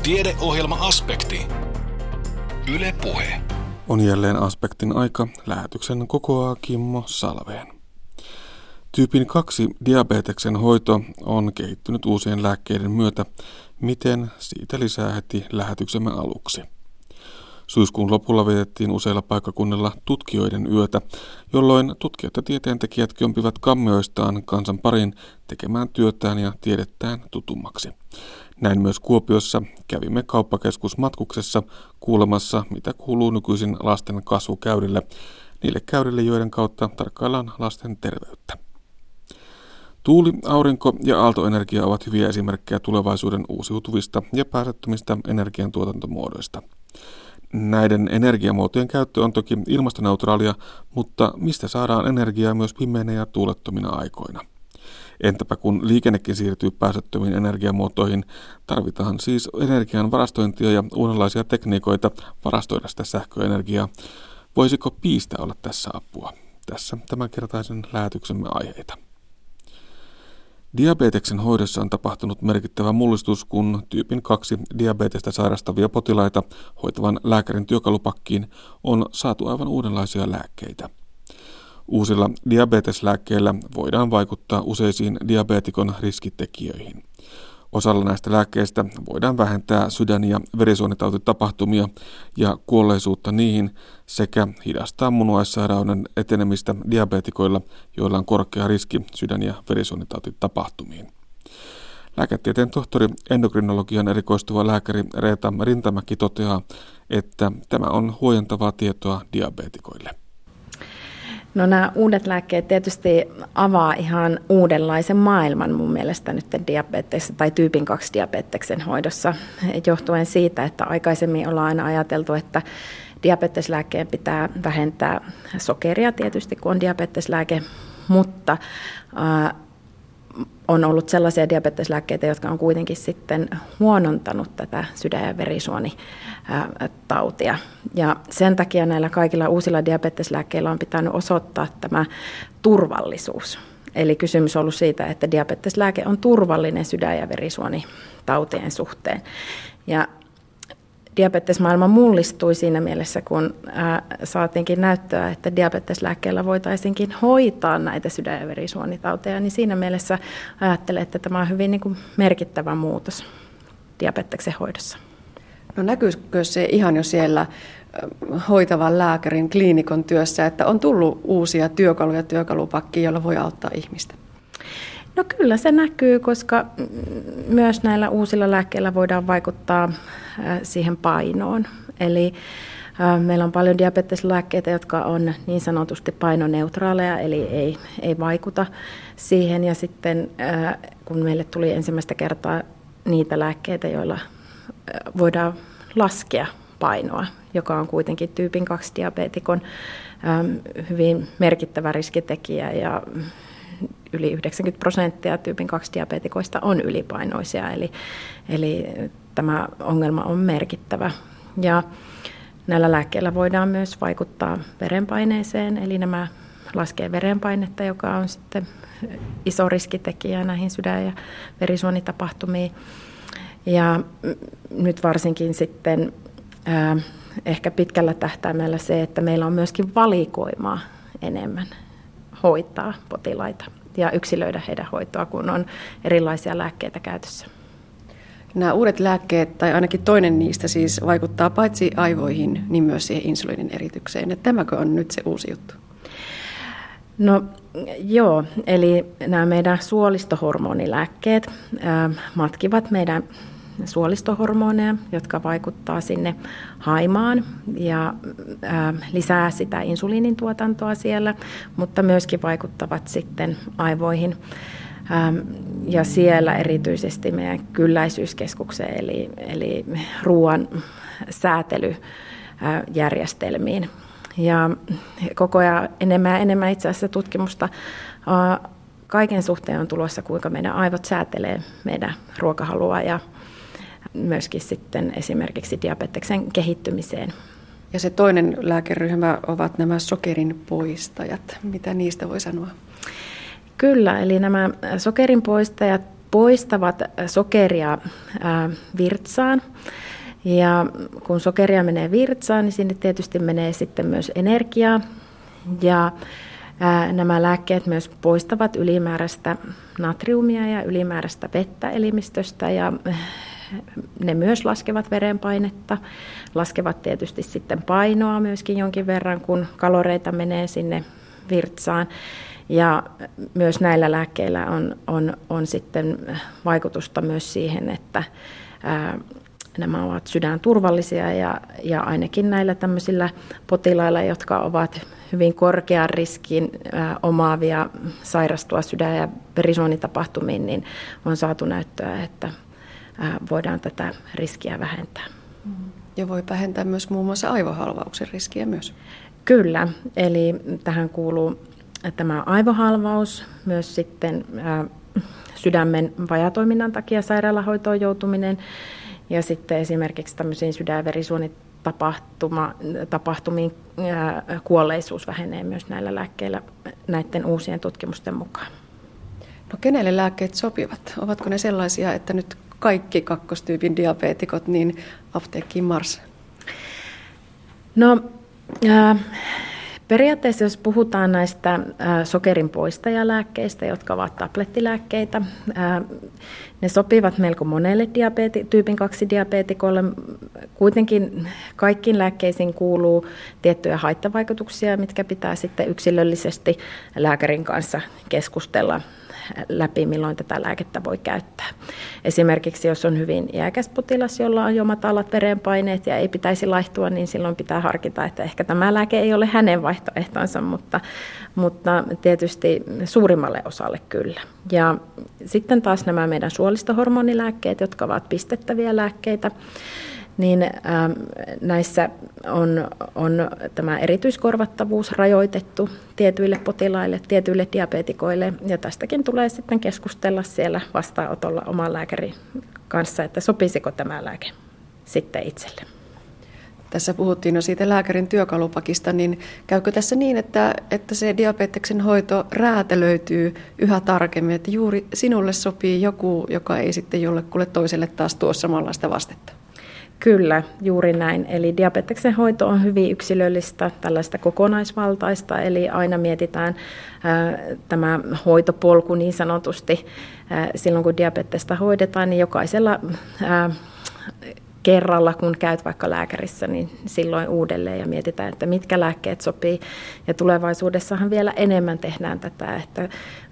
Tiedeohjelma-aspekti. Yle Puhe. On jälleen aspektin aika. Lähetyksen kokoaa Kimmo Salveen. Tyypin 2 diabeteksen hoito on kehittynyt uusien lääkkeiden myötä. Miten, siitä lisää heti lähetyksemme aluksi. Syyskuun lopulla vietettiin useilla paikkakunnilla tutkijoiden yötä, jolloin tutkijat ja tieteentekijät kömpivät kammioistaan kansan pariin tekemään työtään ja tiedettään tutummaksi. Näin myös Kuopiossa kävimme kauppakeskusmatkuksessa kuulemassa, mitä kuuluu nykyisin lasten kasvukäyrille, niille käyrille, joiden kautta tarkkaillaan lasten terveyttä. Tuuli, aurinko ja aaltoenergia ovat hyviä esimerkkejä tulevaisuuden uusiutuvista ja päästöttömistä energiantuotantomuodoista. Näiden energiamuotojen käyttö on toki ilmastoneutraalia, mutta mistä saadaan energiaa myös pimeinä ja tuulettomina aikoina? Entäpä kun liikennekin siirtyy päästöttömiin energiamuotoihin, tarvitaan siis energian varastointia ja uudenlaisia tekniikoita varastoida sitä sähköenergiaa. Voisiko piistä olla tässä apua? Tässä tämänkertaisen lähetyksemme aiheita. Diabeteksen hoidossa on tapahtunut merkittävä mullistus, kun tyypin 2 diabetesta sairastavia potilaita hoitavan lääkärin työkalupakkiin on saatu aivan uudenlaisia lääkkeitä. Uusilla diabeteslääkkeillä voidaan vaikuttaa useisiin diabeetikon riskitekijöihin. Osalla näistä lääkkeistä voidaan vähentää sydän- ja verisuonitautitapahtumia ja kuolleisuutta niihin sekä hidastaa munuaissairauden etenemistä diabeetikoilla, joilla on korkea riski sydän- ja verisuonitautitapahtumiin. Lääketieteen tohtori endokrinologian erikoistuva lääkäri Reetta Rintamäki toteaa, että tämä on huojentavaa tietoa diabeetikoille. No nämä uudet lääkkeet tietysti avaa ihan uudenlaisen maailman mun mielestä nyt diabetes tai tyypin 2 diabeteksen hoidossa, johtuen siitä, että aikaisemmin ollaan aina ajateltu, että diabeteslääkkeen pitää vähentää sokeria tietysti, kun on diabeteslääke, mutta on ollut sellaisia diabeteslääkkeitä, jotka on kuitenkin sitten huonontanut tätä sydän- ja verisuonitautia. Ja sen takia näillä kaikilla uusilla diabeteslääkkeillä on pitänyt osoittaa tämä turvallisuus. Eli kysymys on ollut siitä, että diabeteslääke on turvallinen sydän- ja verisuonitautien suhteen. Ja diabetesmaailma mullistui siinä mielessä, kun saatiinkin näyttöä, että diabeteslääkkeellä voitaisiinkin hoitaa näitä sydän- ja verisuonitauteja, niin siinä mielessä ajattelen, että tämä on hyvin merkittävä muutos diabeteksen hoidossa. No näkyykö se ihan jo siellä hoitavan lääkärin kliinikon työssä, että on tullut uusia työkaluja työkalupakkiin, joilla voi auttaa ihmistä? No kyllä se näkyy, koska myös näillä uusilla lääkkeillä voidaan vaikuttaa siihen painoon. Eli meillä on paljon diabeteslääkkeitä, jotka on niin sanotusti painoneutraaleja, eli ei vaikuta siihen. Ja sitten kun meille tuli ensimmäistä kertaa niitä lääkkeitä, joilla voidaan laskea painoa, joka on kuitenkin tyypin 2 diabeetikon hyvin merkittävä riskitekijä ja yli 90% tyypin 2 diabeetikoista on ylipainoisia, eli tämä ongelma on merkittävä. Ja näillä lääkkeillä voidaan myös vaikuttaa verenpaineeseen, eli nämä laskee verenpainetta, joka on sitten iso riskitekijä näihin sydän- ja verisuonitapahtumiin. Ja nyt varsinkin sitten ehkä pitkällä tähtäimellä se, että meillä on myöskin valikoimaa enemmän hoitaa potilaita ja yksilöidä heidän hoitoa, kun on erilaisia lääkkeitä käytössä. Nämä uudet lääkkeet, tai ainakin toinen niistä siis, vaikuttaa paitsi aivoihin, niin myös siihen insuliinin eritykseen. Että tämäkö on nyt se uusi juttu? No joo, eli nämä meidän suolistohormonilääkkeet matkivat meidän suolistohormoneja, jotka vaikuttaa sinne haimaan ja lisää sitä insuliinin tuotantoa siellä, mutta myöskin vaikuttavat sitten aivoihin ja siellä erityisesti meidän kylläisyyskeskukseen eli ruoan säätelyjärjestelmiin. Ja koko ajan enemmän ja enemmän itse asiassa tutkimusta kaiken suhteen on tulossa, kuinka meidän aivot säätelee meidän ruokahalua ja myöskin sitten esimerkiksi diabeteksen kehittymiseen. Ja se toinen lääkeryhmä ovat nämä sokerin poistajat. Mitä niistä voi sanoa? Kyllä, eli nämä sokerin poistajat poistavat sokeria virtsaan. Ja kun sokeria menee virtsaan, niin sinne tietysti menee sitten myös energiaa. Ja nämä lääkkeet myös poistavat ylimääräistä natriumia ja ylimääräistä vettä elimistöstä ja ne myös laskevat verenpainetta, laskevat tietysti sitten painoa myöskin jonkin verran, kun kaloreita menee sinne virtsaan. Ja myös näillä lääkkeillä on sitten vaikutusta myös siihen, että nämä ovat sydänturvallisia ja ainakin näillä tämmöisillä potilailla, jotka ovat hyvin korkean riskin omaavia sairastua sydän- ja verisuonitapahtumiin, niin on saatu näyttöä, että voidaan tätä riskiä vähentää. Ja voi vähentää myös muun muassa aivohalvauksen riskiä myös. Kyllä, eli tähän kuuluu tämä aivohalvaus, myös sitten sydämen vajatoiminnan takia sairaalahoitoon joutuminen ja sitten esimerkiksi tämmöisiin sydän- ja verisuonitapahtumiin kuolleisuus vähenee myös näillä lääkkeillä näiden uusien tutkimusten mukaan. No kenelle lääkkeet sopivat? Ovatko ne sellaisia, että nyt kaikki kakkostyypin diabeetikot, niin apteekkiin mars? No periaatteessa jos puhutaan näistä sokerin poistajalääkkeistä, jotka ovat tablettilääkkeitä, ne sopivat melko monelle tyypin 2 diabeetikolle. Kuitenkin kaikkiin lääkkeisiin kuuluu tiettyjä haittavaikutuksia, mitkä pitää sitten yksilöllisesti lääkärin kanssa keskustella läpi, milloin tätä lääkettä voi käyttää. Esimerkiksi jos on hyvin iäkäs potilas, jolla on jo matalat verenpaineet ja ei pitäisi laihtua, niin silloin pitää harkita, että ehkä tämä lääke ei ole hänen vaihtoehtonsa, mutta tietysti suurimmalle osalle kyllä. Ja sitten taas nämä meidän suolistohormonilääkkeet, jotka ovat pistettäviä lääkkeitä, niin näissä on tämä erityiskorvattavuus rajoitettu tietyille potilaille, tietyille diabeetikoille, ja tästäkin tulee sitten keskustella siellä vastaanotolla oman lääkärin kanssa, että sopisiko tämä lääke sitten itselle. Tässä puhuttiin jo siitä lääkärin työkalupakista, niin käykö tässä niin, että se diabeteksen hoito räätälöityy yhä tarkemmin, että juuri sinulle sopii joku, joka ei sitten jollekulle toiselle taas tuo samanlaista vastetta? Kyllä, juuri näin. Eli diabeteksen hoito on hyvin yksilöllistä, tällaista kokonaisvaltaista, eli aina mietitään tämä hoitopolku niin sanotusti. Silloin kun diabetesta hoidetaan, niin jokaisella kerralla, kun käyt vaikka lääkärissä, niin silloin uudelleen ja mietitään, että mitkä lääkkeet sopii. Ja tulevaisuudessahan vielä enemmän tehdään tätä, että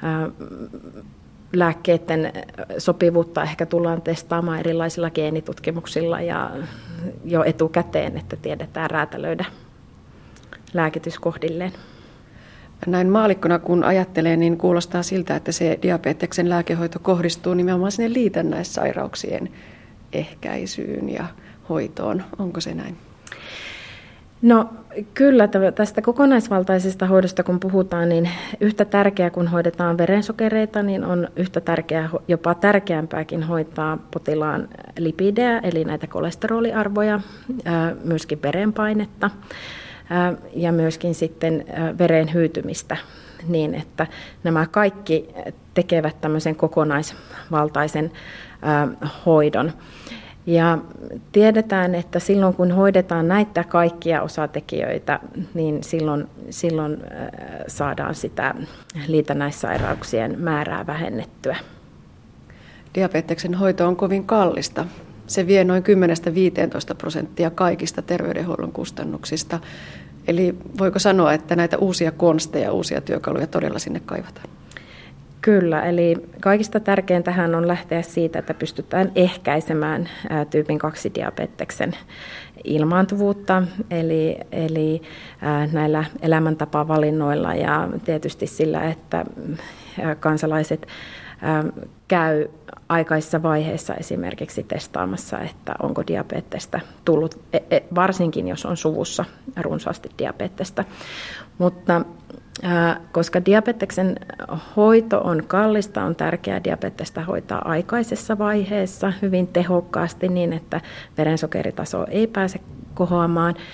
lääkkeiden sopivuutta ehkä tullaan testaamaan erilaisilla geenitutkimuksilla ja jo etukäteen, että tiedetään räätälöidä lääkitys kohdilleen. Näin maallikkona kun ajattelee, niin kuulostaa siltä, että se diabeteksen lääkehoito kohdistuu nimenomaan sinne liitännäissairauksien ehkäisyyn ja hoitoon. Onko se näin? No kyllä, tästä kokonaisvaltaisesta hoidosta kun puhutaan, niin yhtä tärkeää kun hoidetaan verensokereita, niin on yhtä tärkeää, jopa tärkeämpääkin hoitaa potilaan lipidejä, eli näitä kolesteroliarvoja, myöskin verenpainetta ja myöskin sitten veren hyytymistä niin, että nämä kaikki tekevät tämmöisen kokonaisvaltaisen hoidon. Ja tiedetään, että silloin kun hoidetaan näitä kaikkia osatekijöitä, niin silloin saadaan sitä liitännäissairauksien määrää vähennettyä. Diabeteksen hoito on kovin kallista. Se vie noin 10-15% kaikista terveydenhuollon kustannuksista. Eli voiko sanoa, että näitä uusia konsteja, uusia työkaluja todella sinne kaivataan? Kyllä, eli kaikista tärkeintähän on lähteä siitä, että pystytään ehkäisemään tyypin 2 diabeteksen ilmaantuvuutta, eli näillä elämäntapavalinnoilla ja tietysti sillä, että kansalaiset käy aikaisessa vaiheessa esimerkiksi testaamassa, että onko diabetesta tullut, varsinkin jos on suvussa runsaasti diabetesta. Mutta koska diabeteksen hoito on kallista, on tärkeää diabetesta hoitaa aikaisessa vaiheessa hyvin tehokkaasti niin, että verensokeritaso ei pääse kohoamaan.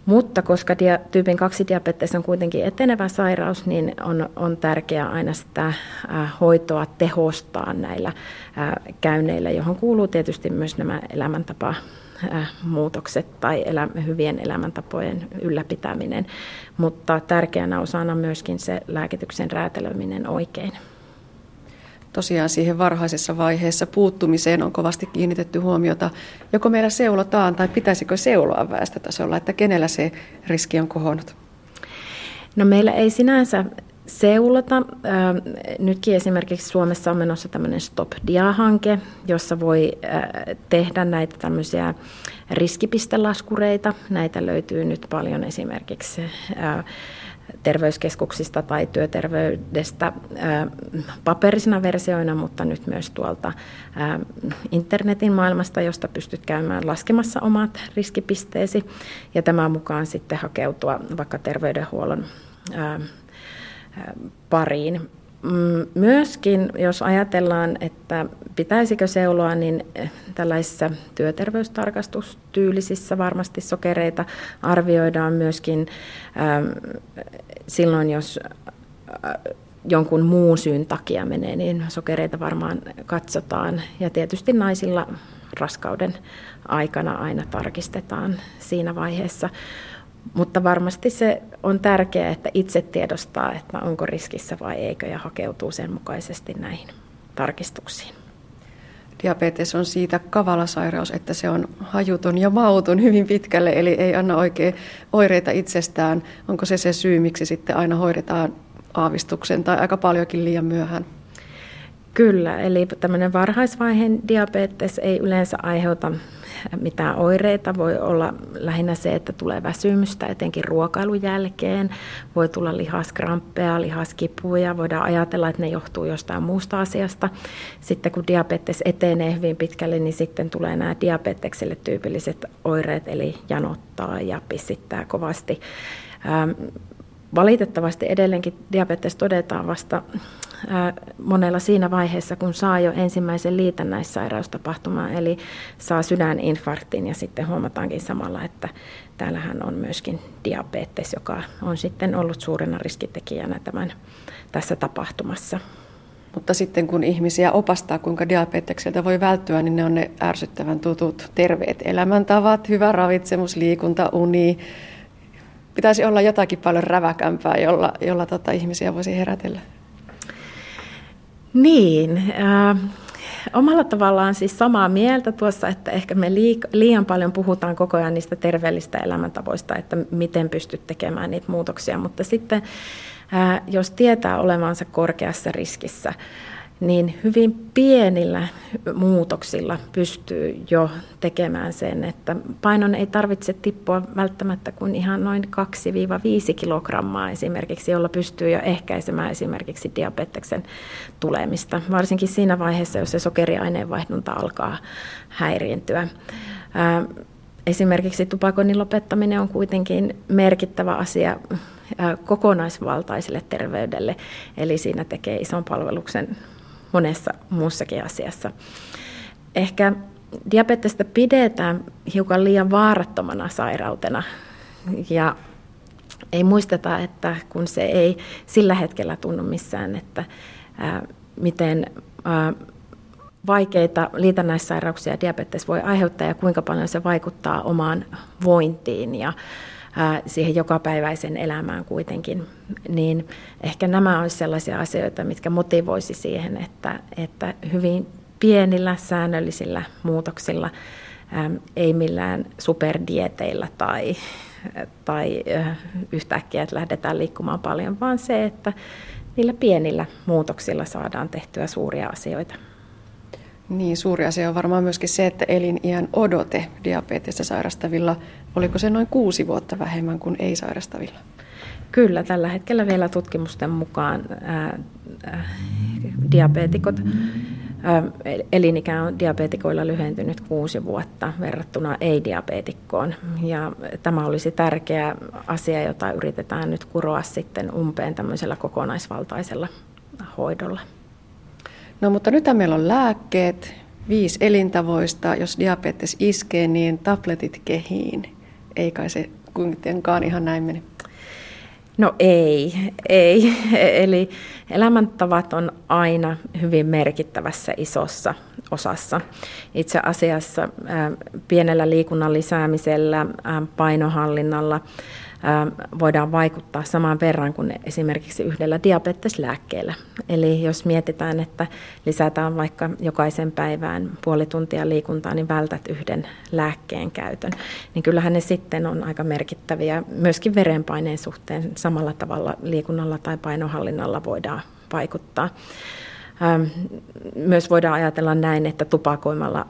Mutta koska tyypin 2 diabetes on kuitenkin etenevä sairaus, niin on tärkeää aina sitä hoitoa tehostaa näillä käynneillä, johon kuuluu tietysti myös nämä elämäntapamuutokset tai hyvien elämäntapojen ylläpitäminen. Mutta tärkeänä osana myöskin se lääkityksen räätälöiminen oikein. Tosiaan siihen varhaisessa vaiheessa puuttumiseen on kovasti kiinnitetty huomiota. Joko meillä seulotaan tai pitäisikö seuloa väestötasolla, että kenellä se riski on kohonnut? No meillä ei sinänsä seulota. Nytkin esimerkiksi Suomessa on menossa tämmöinen Stop Dia-hanke, jossa voi tehdä näitä tämmöisiä riskipistelaskureita. Näitä löytyy nyt paljon esimerkiksi terveyskeskuksista tai työterveydestä paperisina versioina, mutta nyt myös tuolta internetin maailmasta, josta pystyt käymään laskemassa omat riskipisteesi ja tämän mukaan sitten hakeutua vaikka terveydenhuollon pariin. Myöskin, jos ajatellaan, että pitäisikö seuloa, niin tällaisissa työterveystarkastustyylisissä varmasti sokereita arvioidaan myöskin silloin, jos jonkun muun syyn takia menee, niin sokereita varmaan katsotaan. Ja tietysti naisilla raskauden aikana aina tarkistetaan siinä vaiheessa. Mutta varmasti se on tärkeää, että itse tiedostaa, että onko riskissä vai eikö, ja hakeutuu sen mukaisesti näihin tarkistuksiin. Diabetes on siitä kavala sairaus, että se on hajuton ja mauton hyvin pitkälle, eli ei anna oikein oireita itsestään. Onko se syy, miksi sitten aina hoidetaan aavistuksen tai aika paljonkin liian myöhään? Kyllä, eli tämmöinen varhaisvaiheen diabetes ei yleensä aiheuta mitään oireita. Voi olla lähinnä se, että tulee väsymystä, etenkin ruokailun jälkeen. Voi tulla lihaskramppeja, lihaskipuja. Voidaan ajatella, että ne johtuu jostain muusta asiasta. Sitten kun diabetes etenee hyvin pitkälle, niin sitten tulee nämä diabetekselle tyypilliset oireet, eli janottaa ja pisittää kovasti. Valitettavasti edelleenkin diabetes todetaan vasta monella siinä vaiheessa, kun saa jo ensimmäisen liitännäissairaustapahtuman, eli saa sydäninfarktin ja sitten huomataankin samalla, että täällähän on myöskin diabetes, joka on sitten ollut suurena riskitekijänä tässä tapahtumassa. Mutta sitten kun ihmisiä opastaa, kuinka diabetekseltä voi välttyä, niin ne on ne ärsyttävän tutut terveet elämäntavat, hyvä ravitsemus, liikunta, uni. Pitäisi olla jotakin paljon räväkämpää, jolla ihmisiä voisi herätellä. Niin, omalla tavallaan siis samaa mieltä tuossa, että ehkä me liian paljon puhutaan koko ajan niistä terveellistä elämäntavoista, että miten pystyt tekemään niitä muutoksia, mutta sitten jos tietää olevansa korkeassa riskissä, niin hyvin pienillä muutoksilla pystyy jo tekemään sen, että painon ei tarvitse tippua välttämättä kuin ihan noin 2-5 kilogrammaa esimerkiksi, jolla pystyy jo ehkäisemään esimerkiksi diabeteksen tulemista, varsinkin siinä vaiheessa, jos se sokeriaineenvaihdunta alkaa häiriintyä. Esimerkiksi tupakoinnin lopettaminen on kuitenkin merkittävä asia kokonaisvaltaiselle terveydelle, eli siinä tekee ison palveluksen monessa muussakin asiassa. Ehkä diabetesta pidetään hiukan liian vaarattomana sairautena ja ei muisteta, että kun se ei sillä hetkellä tunnu missään, että miten vaikeita liitännäissairauksia diabetes voi aiheuttaa ja kuinka paljon se vaikuttaa omaan vointiin ja siihen jokapäiväisen elämään kuitenkin, niin ehkä nämä olisi sellaisia asioita, mitkä motivoisi siihen, että hyvin pienillä säännöllisillä muutoksilla, ei millään superdieteillä tai yhtäkkiä, että lähdetään liikkumaan paljon, vaan se, että niillä pienillä muutoksilla saadaan tehtyä suuria asioita. Niin, suuri asia on varmaan myöskin se, että eliniän odote diabetesta sairastavilla, oliko se noin 6 vuotta vähemmän kuin ei-sairastavilla? Kyllä, tällä hetkellä vielä tutkimusten mukaan diabeetikot, elinikä on diabeetikoilla lyhentynyt 6 vuotta verrattuna ei-diabeetikkoon. Ja tämä olisi tärkeä asia, jota yritetään nyt kuroa sitten umpeen tämmöisellä kokonaisvaltaisella hoidolla. No mutta nyt meillä on lääkkeet, 5 elintavoista. Jos diabetes iskee, niin tabletit kehiin. Ei kai se kuitenkaan ihan näin meni? No ei. Eli elämäntavat on aina hyvin merkittävässä isossa osassa. Itse asiassa pienellä liikunnan lisäämisellä, painohallinnalla voidaan vaikuttaa saman verran kuin esimerkiksi yhdellä diabeteslääkkeellä. Eli jos mietitään, että lisätään vaikka jokaisen päivään puoli tuntia liikuntaa, niin vältät yhden lääkkeen käytön. Niin kyllähän ne sitten on aika merkittäviä. Myöskin verenpaineen suhteen samalla tavalla liikunnalla tai painohallinnalla voidaan vaikuttaa. Myös voidaan ajatella näin, että tupakoimalla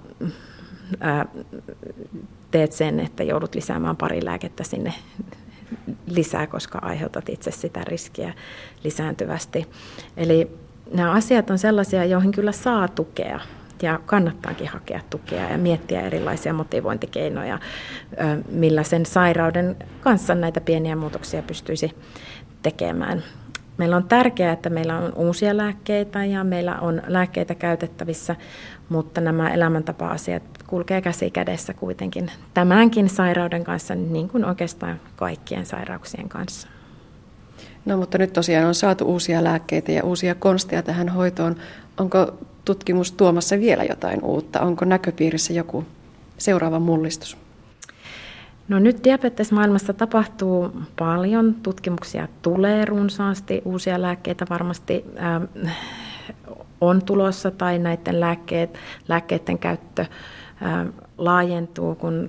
teet sen, että joudut lisäämään pari lääkettä sinne lisää, koska aiheutat itse sitä riskiä lisääntyvästi. Eli nämä asiat on sellaisia, joihin kyllä saa tukea ja kannattaakin hakea tukea ja miettiä erilaisia motivointikeinoja, millä sen sairauden kanssa näitä pieniä muutoksia pystyisi tekemään. Meillä on tärkeää, että meillä on uusia lääkkeitä ja meillä on lääkkeitä käytettävissä, mutta nämä elämäntapa-asiat kulkee käsi kädessä kuitenkin tämänkin sairauden kanssa, niin kuin oikeastaan kaikkien sairauksien kanssa. No mutta nyt tosiaan on saatu uusia lääkkeitä ja uusia konsteja tähän hoitoon. Onko tutkimus tuomassa vielä jotain uutta? Onko näköpiirissä joku seuraava mullistus? No nyt diabetesmaailmassa tapahtuu paljon, tutkimuksia tulee runsaasti, uusia lääkkeitä varmasti on tulossa tai näiden lääkkeiden käyttö laajentuu, kun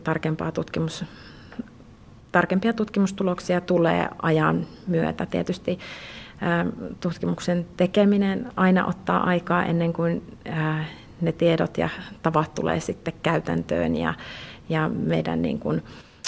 tarkempia tutkimustuloksia tulee ajan myötä. Tietysti tutkimuksen tekeminen aina ottaa aikaa ennen kuin ne tiedot ja tavat tulee sitten käytäntöön ja meidän niin kuin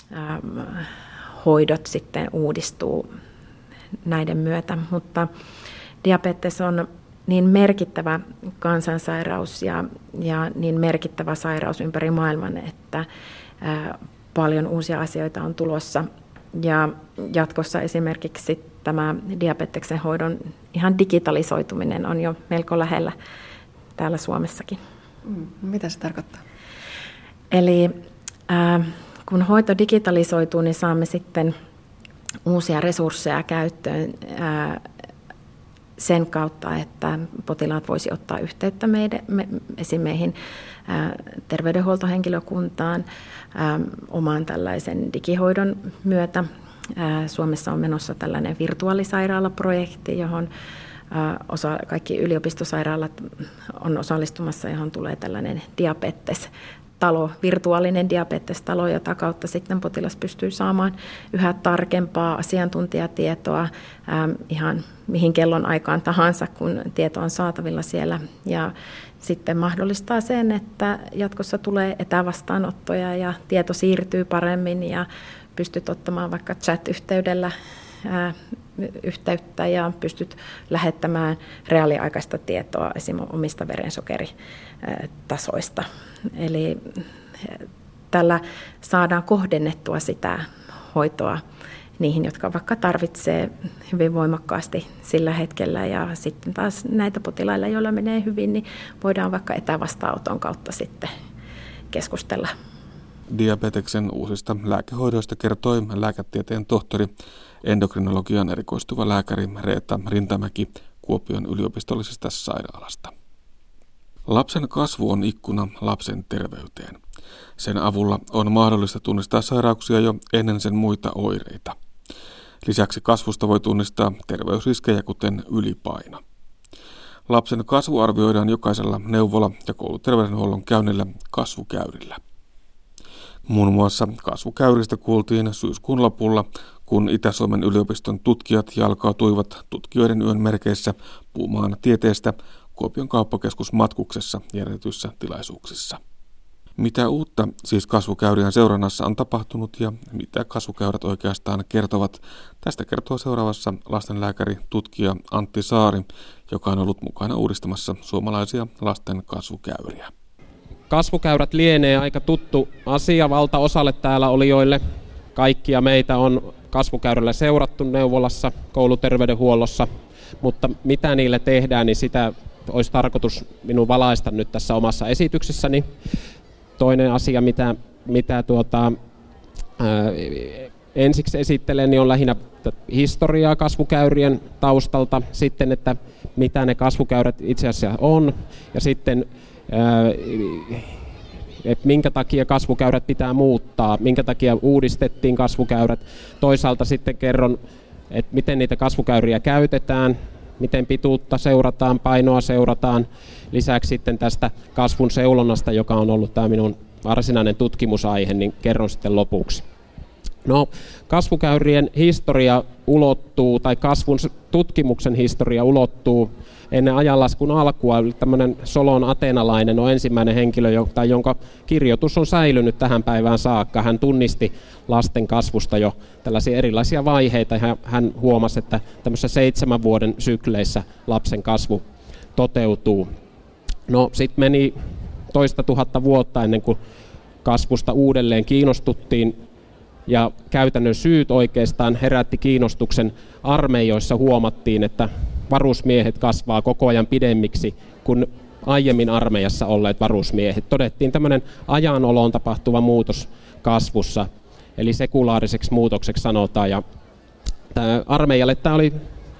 hoidot sitten uudistuu näiden myötä, diabetes on niin merkittävä kansansairaus ja niin merkittävä sairaus ympäri maailman, että paljon uusia asioita on tulossa ja jatkossa esimerkiksi tämä diabeteksen hoidon ihan digitalisoituminen on jo melko lähellä täällä Suomessakin. Mitä se tarkoittaa? Eli kun hoito digitalisoituu, niin saamme sitten uusia resursseja käyttöön sen kautta, että potilaat voisi ottaa yhteyttä esim. Meihin terveydenhuoltohenkilökuntaan oman tällaisen digihoidon myötä. Suomessa on menossa tällainen virtuaalisairaalaprojekti, johon kaikki yliopistosairaalat on osallistumassa, johon tulee tällainen diabetestalo, virtuaalinen diabetestalo, jota kautta sitten potilas pystyy saamaan yhä tarkempaa asiantuntijatietoa ihan mihin kellon aikaan tahansa, kun tieto on saatavilla siellä. Ja sitten mahdollistaa sen, että jatkossa tulee etävastaanottoja ja tieto siirtyy paremmin ja pystyt ottamaan vaikka chat-yhteydellä yhteyttä ja pystyt lähettämään reaaliaikaista tietoa esimerkiksi omista verensokeritasoista. Eli tällä saadaan kohdennettua sitä hoitoa niihin, jotka vaikka tarvitsee hyvin voimakkaasti sillä hetkellä ja sitten taas näitä potilailla, joilla menee hyvin, niin voidaan vaikka etävastaanoton kautta sitten keskustella. Diabeteksen uusista lääkehoidoista kertoi lääketieteen tohtori, endokrinologian erikoistuva lääkäri Reetta Rintamäki Kuopion yliopistollisesta sairaalasta. Lapsen kasvu on ikkuna lapsen terveyteen. Sen avulla on mahdollista tunnistaa sairauksia jo ennen sen muita oireita. Lisäksi kasvusta voi tunnistaa terveysriskejä, kuten ylipaino. Lapsen kasvu arvioidaan jokaisella neuvola- ja kouluterveydenhuollon käynnillä kasvukäyrillä. Muun muassa kasvukäyristä kuultiin syyskuun lopulla, kun Itä-Suomen yliopiston tutkijat jalkautuivat tutkijoiden yön merkeissä puhumaan tieteestä Kuopion kauppakeskusmatkuksessa järjestetyissä tilaisuuksissa. Mitä uutta siis kasvukäyrien seurannassa on tapahtunut ja mitä kasvukäyrät oikeastaan kertovat? Tästä kertoo seuraavassa lastenlääkäri tutkija Antti Saari, joka on ollut mukana uudistamassa suomalaisia lasten kasvukäyriä. Kasvukäyrät lienee aika tuttu asia valtaosalle täällä olijoille. Kaikkia meitä on kasvukäyrällä seurattu neuvolassa, kouluterveydenhuollossa, mutta mitä niille tehdään, niin sitä olisi tarkoitus minun valaista nyt tässä omassa esityksessäni. Toinen asia, mitä ensiksi esittelen, niin on lähinnä historiaa kasvukäyrien taustalta, sitten, että mitä ne kasvukäyrät itse asiassa on, ja sitten että minkä takia kasvukäyrät pitää muuttaa, minkä takia uudistettiin kasvukäyrät. Toisaalta sitten kerron, että miten niitä kasvukäyriä käytetään, miten pituutta seurataan, painoa seurataan. Lisäksi sitten tästä kasvun seulonnasta, joka on ollut tämä minun varsinainen tutkimusaihe, niin kerron sitten lopuksi. No, kasvukäyrien historia ulottuu, tai kasvun tutkimuksen historia ulottuu ennen ajanlaskun alkua. Tämmöinen Solon ateenalainen on ensimmäinen henkilö, jonka kirjoitus on säilynyt tähän päivään saakka. Hän tunnisti lasten kasvusta jo tällaisia erilaisia vaiheita. Hän huomasi, että tämmöisissä 7 vuoden sykleissä lapsen kasvu toteutuu. No, sitten meni toista tuhatta vuotta ennen kuin kasvusta uudelleen kiinnostuttiin. Ja käytännön syyt oikeastaan herätti kiinnostuksen armeijoissa. Huomattiin, että varusmiehet kasvaa koko ajan pidemmiksi kuin aiemmin armeijassa olleet varusmiehet. Todettiin tämmöinen ajanoloon tapahtuva muutos kasvussa, eli sekulaariseksi muutokseksi sanotaan. Ja armeijalle tämä oli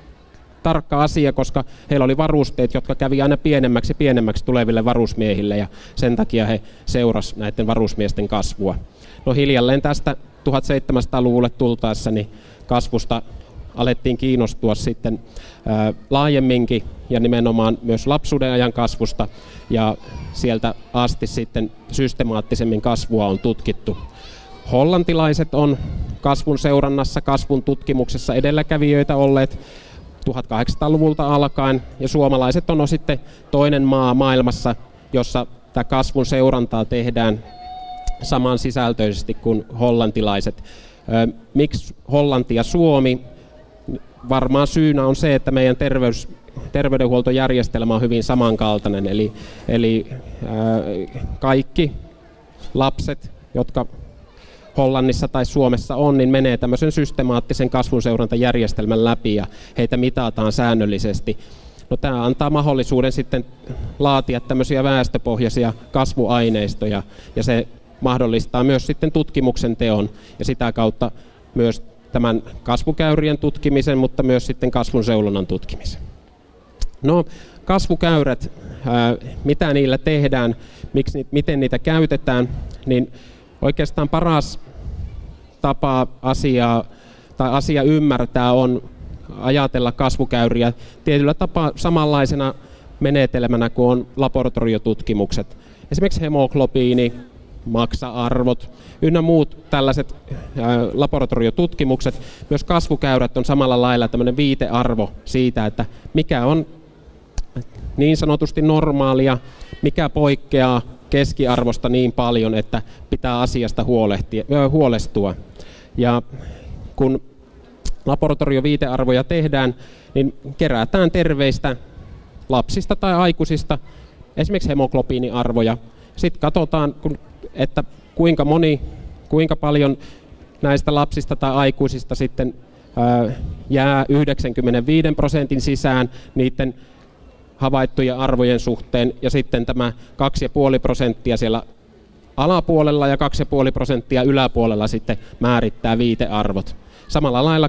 tarkka asia, koska heillä oli varusteet, jotka kävi aina pienemmäksi tuleville varusmiehille, ja sen takia he seurasivat näiden varusmiesten kasvua. No hiljalleen tästä 1700-luvulle tultaessa niin kasvusta alettiin kiinnostua sitten laajemminkin ja nimenomaan myös lapsuuden ajan kasvusta, ja sieltä asti sitten systemaattisemmin kasvua on tutkittu. Hollantilaiset on kasvun seurannassa, kasvun tutkimuksessa edelläkävijöitä olleet 1800-luvulta alkaen, ja suomalaiset on sitten toinen maa maailmassa, jossa tämä kasvun seurantaa tehdään samansisältöisesti kuin hollantilaiset. Miksi Hollanti ja Suomi? Varmaan syynä on se, että meidän terveydenhuoltojärjestelmä on hyvin samankaltainen, eli kaikki lapset, jotka Hollannissa tai Suomessa on, niin menee tämmöisen systemaattisen kasvunseurantajärjestelmän läpi ja heitä mitataan säännöllisesti. No, tämä antaa mahdollisuuden sitten laatia tämmöisiä väestöpohjaisia kasvuaineistoja, ja se mahdollistaa myös sitten tutkimuksen teon ja sitä kautta myös tämän kasvukäyrien tutkimisen, mutta myös sitten kasvun seulonnan tutkimisen. No, kasvukäyrät, mitä niillä tehdään, miten niitä käytetään, niin oikeastaan paras tapa asia ymmärtää on ajatella kasvukäyriä tietyllä tapaa samanlaisena menetelmänä kuin on laboratoriotutkimukset. Esimerkiksi hemoglobiini, maksa-arvot ynnä muut tällaiset laboratoriotutkimukset. Myös kasvukäyrät on samalla lailla tämmöinen viitearvo siitä, että mikä on niin sanotusti normaalia, mikä poikkeaa keskiarvosta niin paljon, että pitää asiasta huolestua. Ja kun laboratorioviitearvoja tehdään, niin kerätään terveistä lapsista tai aikuisista esimerkiksi hemoglobiiniarvoja. Sitten katsotaan, että kuinka paljon näistä lapsista tai aikuisista sitten jää 95% sisään niiden havaittujen arvojen suhteen, ja sitten tämä 2,5% siellä alapuolella ja 2,5% yläpuolella sitten määrittää viitearvot. Samalla lailla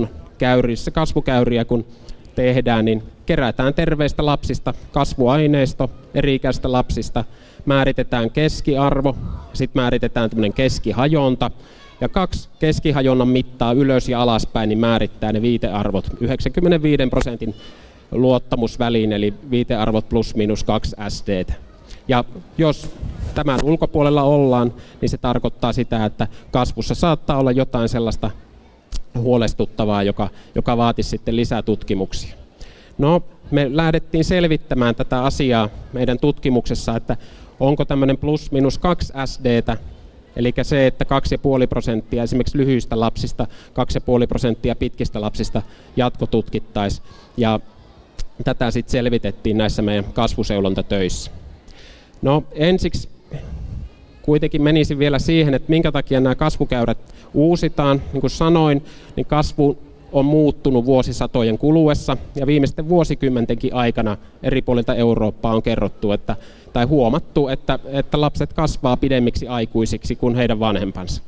kasvukäyriä kun tehdään, niin kerätään terveistä lapsista kasvuaineisto eri-ikäisistä lapsista, määritetään keskiarvo, sitten määritetään tämmöinen keskihajonta, ja 2 keskihajonnan mittaa ylös ja alaspäin niin määrittää ne viitearvot 95% luottamusväliin, eli viitearvot plus miinus 2 SD. Ja jos tämän ulkopuolella ollaan, niin se tarkoittaa sitä, että kasvussa saattaa olla jotain sellaista huolestuttavaa, joka vaatisi sitten lisää tutkimuksia. No, me lähdettiin selvittämään tätä asiaa meidän tutkimuksessa, että onko tämmöinen plus minus 2 SD:tä, eli se, että 2,5% esimerkiksi lyhyistä lapsista, 2,5% pitkistä lapsista jatkotutkittaisiin, ja tätä sitten selvitettiin näissä meidän kasvuseulontatöissä. No, ensiksi kuitenkin menisin vielä siihen, että minkä takia nämä kasvukäyrät uusitaan. Niin kuin sanoin, niin kasvu on muuttunut vuosisatojen kuluessa, ja viimeisten vuosikymmentenkin aikana eri puolilta Eurooppaa on kerrottu, huomattu, että lapset kasvaa pidemmiksi aikuisiksi kuin heidän vanhempansa.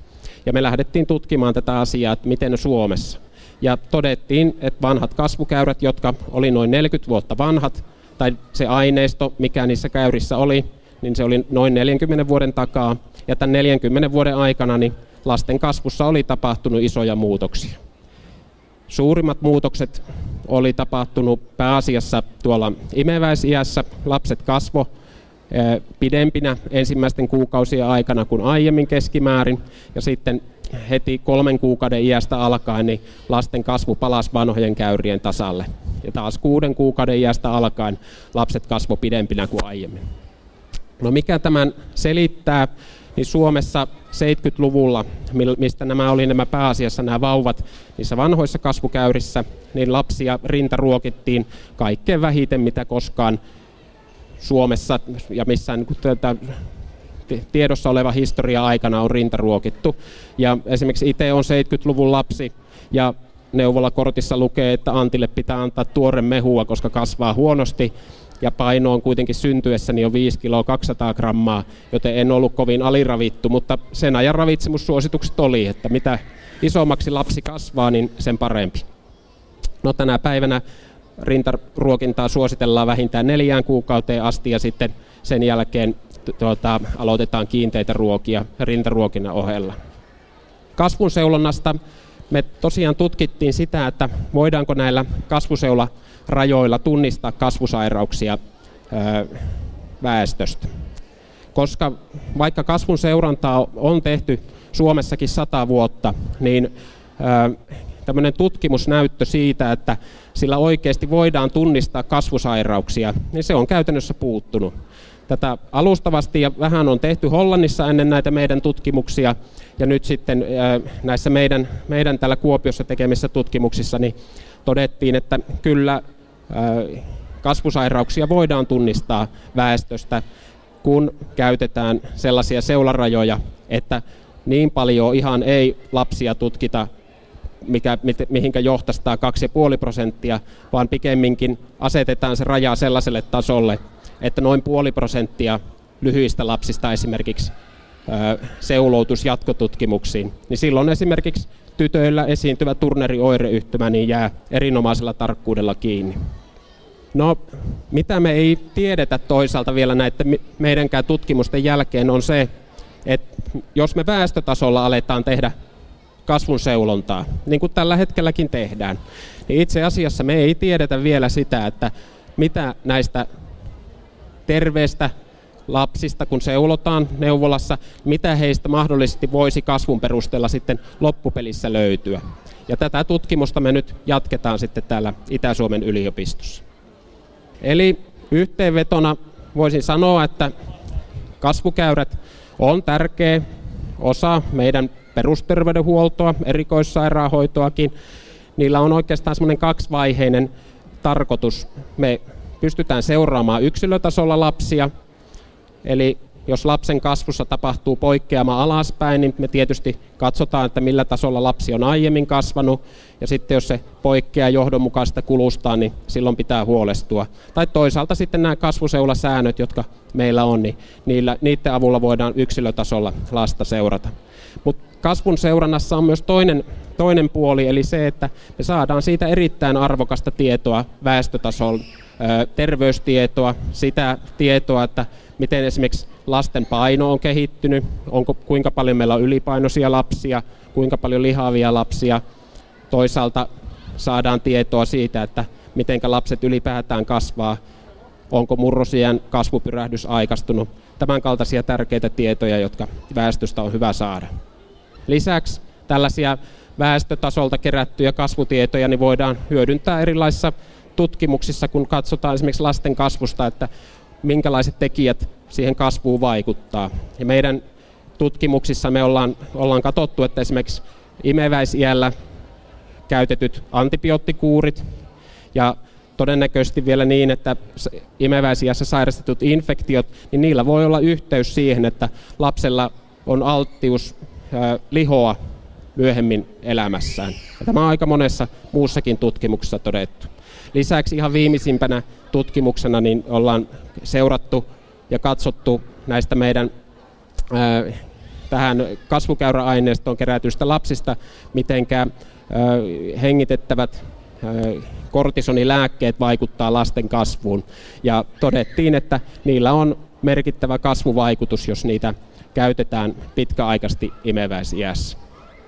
Ja me lähdettiin tutkimaan tätä asiaa, että miten Suomessa. Ja todettiin, että vanhat kasvukäyrät, jotka oli noin 40 vuotta vanhat, tai se aineisto, mikä niissä käyrissä oli, niin se oli noin 40 vuoden takaa. Ja tämän 40 vuoden aikana niin lasten kasvussa oli tapahtunut isoja muutoksia. Suurimmat muutokset oli tapahtunut pääasiassa tuolla imeväisiässä. Lapset kasvo pidempinä ensimmäisten kuukausien aikana kuin aiemmin keskimäärin. Ja sitten heti 3 kuukauden iästä alkaen niin lasten kasvu palasi vanhojen käyrien tasalle. Ja taas 6 kuukauden iästä alkaen lapset kasvo pidempinä kuin aiemmin. No mikä tämän selittää? Niin Suomessa 70-luvulla, mistä nämä oli nämä pääasiassa nämä vauvat niissä vanhoissa kasvukäyrissä, niin lapsia rintaruokittiin kaikkein vähiten, mitä koskaan Suomessa ja missään tiedossa oleva historia aikana on rintaruokittu. Ja esimerkiksi itse on 70-luvun lapsi ja neuvolakortissa lukee, että Antille pitää antaa tuore mehua, koska kasvaa huonosti. Ja paino on kuitenkin syntyessäni jo 5 kiloa 200 grammaa, joten en ollut kovin aliravittu, mutta sen ajan ravitsemussuositukset oli, että mitä isommaksi lapsi kasvaa, niin sen parempi. No tänä päivänä rintaruokintaa suositellaan vähintään 4 kuukauteen asti ja sitten sen jälkeen aloitetaan kiinteitä ruokia rintaruokinnan ohella. Kasvun seulonnasta me tosiaan tutkittiin sitä, että voidaanko näillä kasvuseularajoilla tunnistaa kasvusairauksia väestöstä. Koska vaikka kasvun seurantaa on tehty Suomessakin 100 vuotta, niin tämmöinen tutkimusnäyttö siitä, että sillä oikeasti voidaan tunnistaa kasvusairauksia, niin se on käytännössä puuttunut. Tätä alustavasti ja vähän on tehty Hollannissa ennen näitä meidän tutkimuksia, ja nyt sitten näissä meidän täällä Kuopiossa tekemissä tutkimuksissa niin todettiin, että kyllä kasvusairauksia voidaan tunnistaa väestöstä, kun käytetään sellaisia seularajoja, että niin paljon ihan ei lapsia tutkita, mihinkä johtaisi 2,5%, vaan pikemminkin asetetaan se raja sellaiselle tasolle, että noin 0,5% lyhyistä lapsista esimerkiksi seuloutus jatkotutkimuksiin, niin silloin esimerkiksi tytöillä esiintyvä Turneri-oireyhtymä niin jää erinomaisella tarkkuudella kiinni. No, mitä me ei tiedetä toisaalta vielä näiden meidänkään tutkimusten jälkeen on se, että jos me väestötasolla aletaan tehdä kasvun seulontaa, niin kuin tällä hetkelläkin tehdään, niin itse asiassa me ei tiedetä vielä sitä, että mitä näistä terveistä lapsista, kun seulotaan neuvolassa, mitä heistä mahdollisesti voisi kasvun perusteella sitten loppupelissä löytyä. Ja tätä tutkimusta me nyt jatketaan sitten täällä Itä-Suomen yliopistossa. Eli yhteenvetona voisin sanoa, että kasvukäyrät on tärkeä osa meidän perusterveydenhuoltoa, erikoissairaanhoitoakin. Niillä on oikeastaan semmoinen 2-vaiheinen tarkoitus. Me pystytään seuraamaan yksilötasolla lapsia, eli jos lapsen kasvussa tapahtuu poikkeama alaspäin, niin me tietysti katsotaan, että millä tasolla lapsi on aiemmin kasvanut, ja sitten jos se poikkeaa johdonmukaista kulusta, niin silloin pitää huolestua. Tai toisaalta sitten nämä kasvuseulasäännöt, jotka meillä on, niin niiden avulla voidaan yksilötasolla lasta seurata. Mutta kasvun seurannassa on myös toinen puoli, eli se, että me saadaan siitä erittäin arvokasta tietoa väestötasolla, terveystietoa, sitä tietoa, että miten esimerkiksi lasten paino on kehittynyt, kuinka paljon meillä on ylipainoisia lapsia, kuinka paljon lihavia lapsia. Toisaalta saadaan tietoa siitä, että miten lapset ylipäätään kasvaa, onko murrosiän kasvupyrähdys aikaistunut. Tämän kaltaisia tärkeitä tietoja, jotka väestöstä on hyvä saada. Lisäksi tällaisia väestötasolta kerättyjä kasvutietoja niin voidaan hyödyntää erilaisissa tutkimuksissa, kun katsotaan esimerkiksi lasten kasvusta, että minkälaiset tekijät siihen kasvuun vaikuttaa. Ja meidän tutkimuksissa me ollaan katsottu, että esimerkiksi imeväisiällä käytetyt antibioottikuurit ja todennäköisesti vielä niin, että imeväisiässä sairastetut infektiot, niin niillä voi olla yhteys siihen, että lapsella on alttius lihoa myöhemmin elämässään. Ja tämä on aika monessa muussakin tutkimuksessa todettu. Lisäksi ihan viimeisimpänä tutkimuksena niin ollaan seurattu ja katsottu näistä meidän tähän kasvukäyräaineistoon kerätyistä lapsista, mitenkä hengitettävät kortisonilääkkeet vaikuttaa lasten kasvuun. Ja todettiin, että niillä on merkittävä kasvuvaikutus, jos niitä käytetään pitkäaikaisesti imeväisiässä.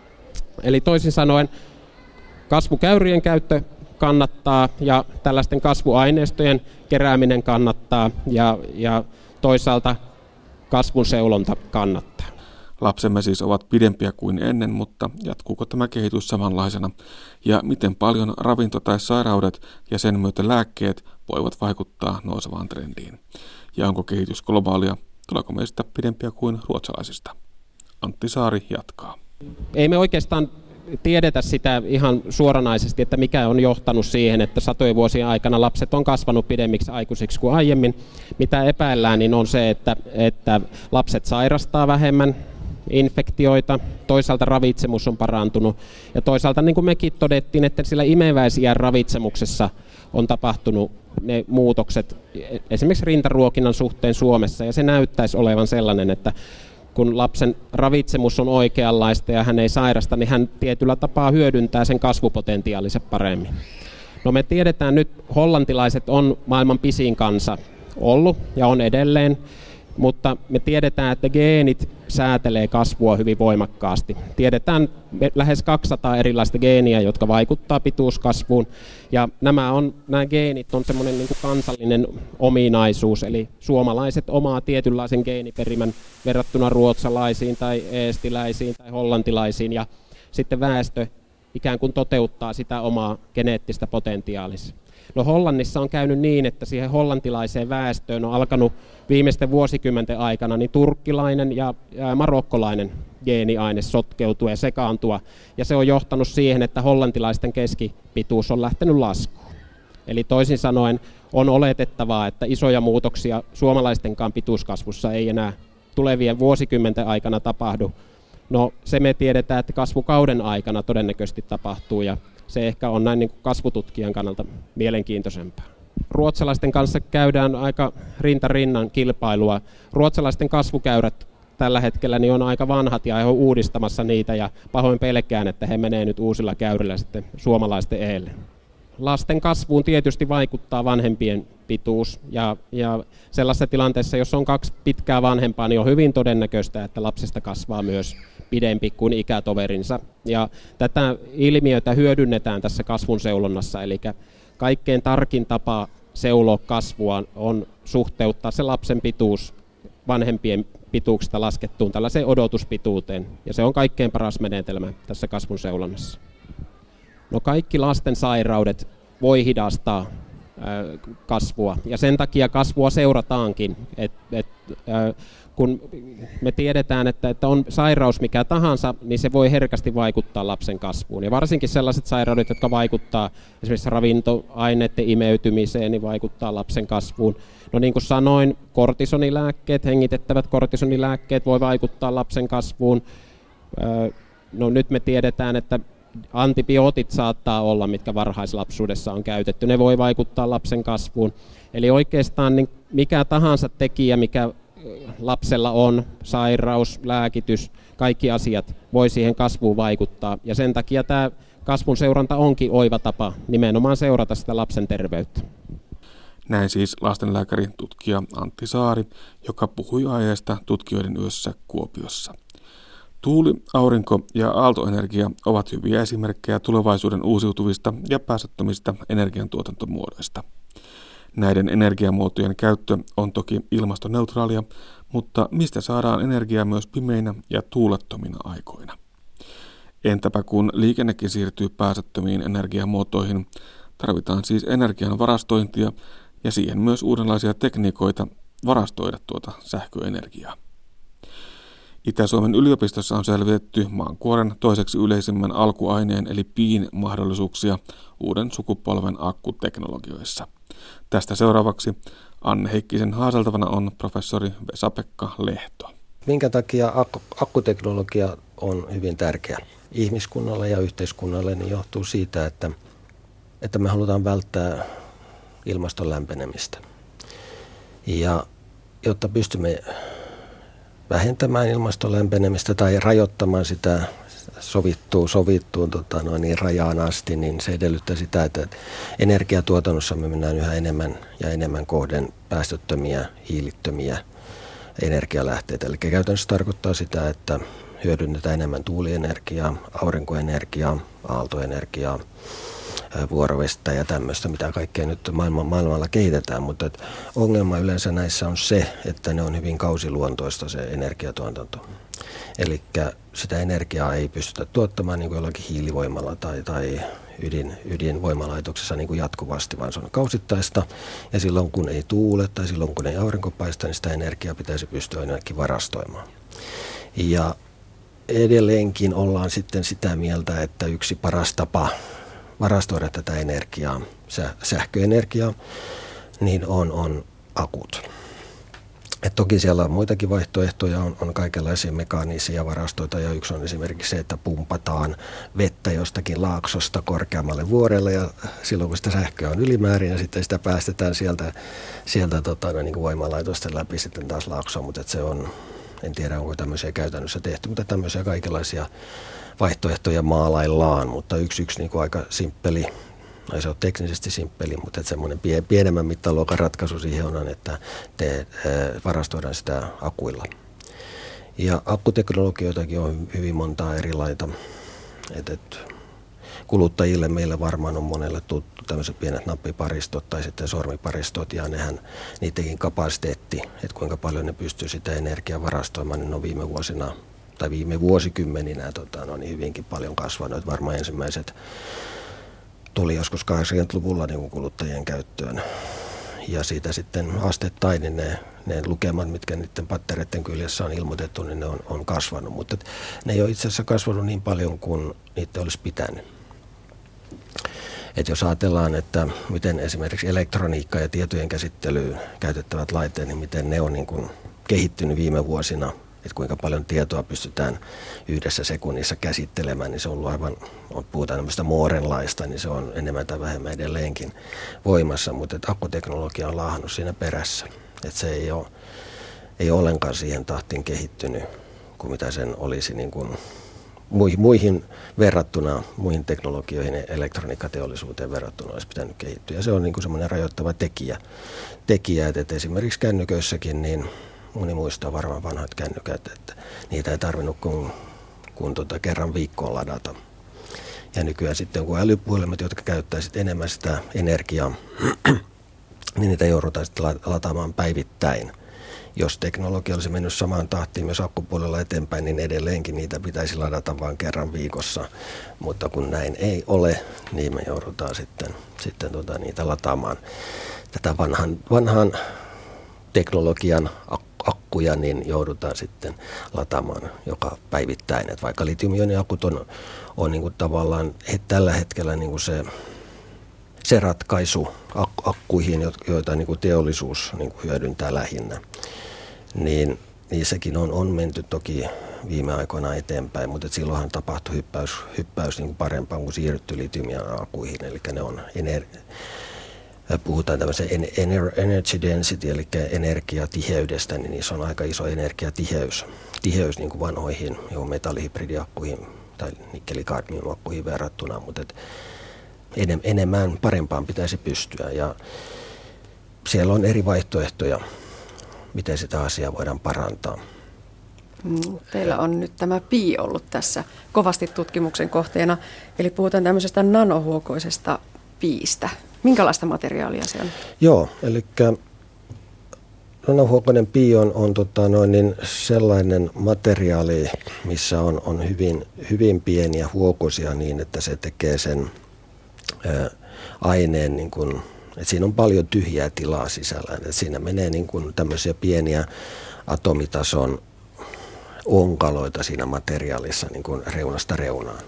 Eli toisin sanoen kasvukäyrien käyttö kannattaa ja tällaisten kasvuaineistojen kerääminen kannattaa ja toisaalta kasvun seulonta kannattaa. Lapsemme siis ovat pidempiä kuin ennen, mutta jatkuuko tämä kehitys samanlaisena? Ja miten paljon ravinto tai sairaudet ja sen myötä lääkkeet voivat vaikuttaa nousevaan trendiin? Ja onko kehitys globaalia? Tuleeko meistä pidempiä kuin ruotsalaisista? Antti Saari jatkaa. Ei me oikeastaan tiedetä sitä ihan suoranaisesti, että mikä on johtanut siihen, että satojen vuosien aikana lapset on kasvanut pidemmiksi aikuisiksi kuin aiemmin. Mitä epäillään, niin on se, että lapset sairastaa vähemmän infektioita, toisaalta ravitsemus on parantunut ja toisaalta niin kuin mekin todettiin, että sillä imeväisiän ravitsemuksessa on tapahtunut ne muutokset esimerkiksi rintaruokinnan suhteen Suomessa ja se näyttäisi olevan sellainen, että kun lapsen ravitsemus on oikeanlaista ja hän ei sairasta, niin hän tietyllä tapaa hyödyntää sen kasvupotentiaalinsa paremmin. No me tiedetään nyt, hollantilaiset on maailman pisin kansa ollut ja on edelleen, mutta me tiedetään, että geenit säätelee kasvua hyvin voimakkaasti. Tiedetään lähes 200 erilaista geeniä, jotka vaikuttaa pituuskasvuun. Ja nämä geenit on semmoinen niin kuin kansallinen ominaisuus, eli suomalaiset omaa tietynlaisen geeniperimän verrattuna ruotsalaisiin tai eestiläisiin tai hollantilaisiin. Ja sitten väestö ikään kuin toteuttaa sitä omaa geneettistä potentiaalia. No Hollannissa on käynyt niin, että siihen hollantilaiseen väestöön on alkanut viimeisten vuosikymmenten aikana niin turkkilainen ja marokkolainen geeniaine sotkeutua ja sekaantua. Ja se on johtanut siihen, että hollantilaisten keskipituus on lähtenyt laskuun. Eli toisin sanoen on oletettavaa, että isoja muutoksia suomalaistenkaan pituuskasvussa ei enää tulevien vuosikymmenten aikana tapahdu. No se me tiedetään, että kasvukauden aikana todennäköisesti tapahtuu ja se ehkä on näin niin kuin kasvututkijan kannalta mielenkiintoisempaa. Ruotsalaisten kanssa käydään aika rintarinnan kilpailua. Ruotsalaisten kasvukäyrät tällä hetkellä niin on aika vanhat ja he on uudistamassa niitä ja pahoin pelkään, että he menee nyt uusilla käyrillä sitten suomalaisten eelle. Lasten kasvuun tietysti vaikuttaa vanhempien pituus ja sellaisessa tilanteessa, jos on 2 pitkää vanhempaa, niin on hyvin todennäköistä, että lapsesta kasvaa myös pidempi kuin ikätoverinsa. Ja tätä ilmiötä hyödynnetään tässä kasvun seulonnassa, eli kaikkein tarkin tapa seuloa kasvua on suhteuttaa se lapsen pituus vanhempien pituuksista laskettuun tällaiseen odotuspituuteen, ja se on kaikkein paras menetelmä tässä kasvun seulonnassa. No kaikki lasten sairaudet voi hidastaa kasvua, ja sen takia kasvua seurataankin. Kun me tiedetään, että on sairaus mikä tahansa, niin se voi herkästi vaikuttaa lapsen kasvuun. Ja varsinkin sellaiset sairaudet, jotka vaikuttaa esimerkiksi ravintoaineiden imeytymiseen, niin vaikuttaa lapsen kasvuun. No niin kuin sanoin, kortisonilääkkeet, hengitettävät kortisonilääkkeet voi vaikuttaa lapsen kasvuun. No nyt me tiedetään, että antibiootit saattaa olla, mitkä varhaislapsuudessa on käytetty. Ne voi vaikuttaa lapsen kasvuun. Eli oikeastaan niin mikä tahansa tekijä, mikä lapsella on, sairaus, lääkitys, kaikki asiat voi siihen kasvuun vaikuttaa. Ja sen takia tämä kasvun seuranta onkin oiva tapa nimenomaan seurata sitä lapsen terveyttä. Näin siis lastenlääkäri tutkija Antti Saari, joka puhui aiheesta tutkijoiden yössä Kuopiossa. Tuuli, aurinko ja aaltoenergia ovat hyviä esimerkkejä tulevaisuuden uusiutuvista ja päästöttömistä energiantuotantomuodoista. Näiden energiamuotojen käyttö on toki ilmastoneutraalia, mutta mistä saadaan energiaa myös pimeinä ja tuulettomina aikoina? Entäpä kun liikennekin siirtyy päästöttömiin energiamuotoihin, tarvitaan siis energian varastointia ja siihen myös uudenlaisia tekniikoita varastoida tuota sähköenergiaa. Itä-Suomen yliopistossa on selvitetty maankuoren toiseksi yleisimmän alkuaineen eli piin mahdollisuuksia uuden sukupolven akkuteknologioissa. Tästä seuraavaksi Anne Heikkisen haaseltavana on professori Vesa-Pekka Lehto. Minkä takia akkuteknologia on hyvin tärkeä ihmiskunnalle ja yhteiskunnalle, niin johtuu siitä, että me halutaan välttää ilmaston lämpenemistä. Ja jotta pystymme vähentämään ilmaston lämpenemistä tai rajoittamaan sitä sovittuun rajaan asti, niin se edellyttää sitä, että energiatuotannossa me mennään yhä enemmän ja enemmän kohden päästöttömiä, hiilittömiä energialähteitä. Eli käytännössä tarkoittaa sitä, että hyödynnetään enemmän tuulienergiaa, aurinkoenergiaa, aaltoenergiaa, vuorovestä ja tämmöistä, mitä kaikkea nyt maailmalla kehitetään, mutta ongelma yleensä näissä on se, että ne on hyvin kausiluontoista se energiatuotanto. Eli sitä energiaa ei pystytä tuottamaan niin kuin jollakin hiilivoimalla tai ydinvoimalaitoksessa niin kuin jatkuvasti, vaan se on kausittaista. Ja silloin kun ei tuule tai silloin kun ei aurinko paista, niin sitä energiaa pitäisi pystyä ainakin varastoimaan. Ja edelleenkin ollaan sitten sitä mieltä, että yksi paras tapa varastoida tätä energiaa, sähköenergiaa, niin on akut. Et toki siellä on muitakin vaihtoehtoja, on kaikenlaisia mekaanisia varastoita, ja yksi on esimerkiksi se, että pumpataan vettä jostakin laaksosta korkeammalle vuorelle, ja silloin kun sitä sähköä on ylimäärin, ja sitten sitä päästetään sieltä niin kuin voimalaitosten läpi sitten taas laaksoon, mutta se on, en tiedä onko tämmöisiä käytännössä tehty, mutta tämmöisiä kaikenlaisia vaihtoehtoja maalaillaan, mutta yksi niin kuin aika simppeli, no se on teknisesti simppeli, mutta semmoinen pienemmän mittaluokan ratkaisu siihen on, että varastoidaan sitä akuilla. Ja akkuteknologioitakin on hyvin montaa erilaista. Kuluttajille meillä varmaan on monelle tuttu tämmöiset pienet nappiparistot tai sitten sormiparistot, ja niidenkin kapasiteetti, että kuinka paljon ne pystyy sitä energiaa varastoimaan, niin on viime vuosina tai viime vuosikymmeninä niin hyvinkin paljon kasvanut. Varmaan ensimmäiset tuli joskus 80-luvulla niin kuluttajien käyttöön. Ja siitä sitten asteittain niin ne lukemat, mitkä niiden pattereiden kyljessä on ilmoitettu, niin ne on kasvanut. Mutta ne ei ole itse asiassa kasvanut niin paljon kuin niitä olisi pitänyt. Et jos ajatellaan, että miten esimerkiksi elektroniikka ja tietojen käsittelyyn käytettävät laitteet, niin miten ne on niin kuin kehittynyt viime vuosina, että kuinka paljon tietoa pystytään yhdessä sekunnissa käsittelemään, niin se on ollut aivan, puhutaan tämmöistä moorenlaista, niin se on enemmän tai vähemmän edelleenkin voimassa, mutta akkuteknologia on laahannut siinä perässä. Että se ei ole ollenkaan siihen tahtiin kehittynyt kuin mitä sen olisi niin kuin muihin verrattuna, muihin teknologioihin ja elektroniikkateollisuuteen verrattuna olisi pitänyt kehittyä. Ja se on niin kuin semmoinen rajoittava tekijä, että esimerkiksi kännyköissäkin, niin moni muistaa varmaan vanhat kännykät, että niitä ei tarvinnut kuin kerran viikkoon ladata. Ja nykyään sitten kun älypuhelimet, jotka käyttää sitten enemmän sitä energiaa, niin niitä joudutaan sitten lataamaan päivittäin. Jos teknologia olisi mennyt samaan tahtiin myös akkupuolella eteenpäin, niin edelleenkin niitä pitäisi ladata vain kerran viikossa. Mutta kun näin ei ole, niin me joudutaan sitten niitä lataamaan. Tätä vanhan teknologian akkuja niin joudutaan sitten lataamaan joka päivittäin. Et vaikka litium-ioniakut on niin kuin tavallaan tällä hetkellä niin kuin se ratkaisu akkuihin, joita niin kuin teollisuus niin kuin hyödyntää lähinnä, niin niissäkin on menty toki viime aikoina eteenpäin, mutta silloinhan tapahtui hyppäys niin kuin parempaan, kun siirrytty litium-ioniakkuihin, eli ne on puhutaan tämmöisen energy density, eli energiatiheydestä, niin niissä on aika iso energiatiheys niin kuin vanhoihin metallihybridiakkuihin tai nikkeli-kadmiumakkuihin verrattuna, mutta enemmän parempaan pitäisi pystyä, ja siellä on eri vaihtoehtoja, miten sitä asiaa voidaan parantaa. Teillä on nyt tämä pi ollut tässä kovasti tutkimuksen kohteena, eli puhutaan tämmöisestä nanohuokoisesta piistä. Minkälaista materiaalia se on? Joo, eli nanohuokoinen pi on niin sellainen materiaali, missä on hyvin pieniä huokosia niin, että se tekee sen aineen, niin kuin, että siinä on paljon tyhjää tilaa sisällä. Että siinä menee niin kuin tämmöisiä pieniä atomitason onkaloita siinä materiaalissa niin kuin reunasta reunaan.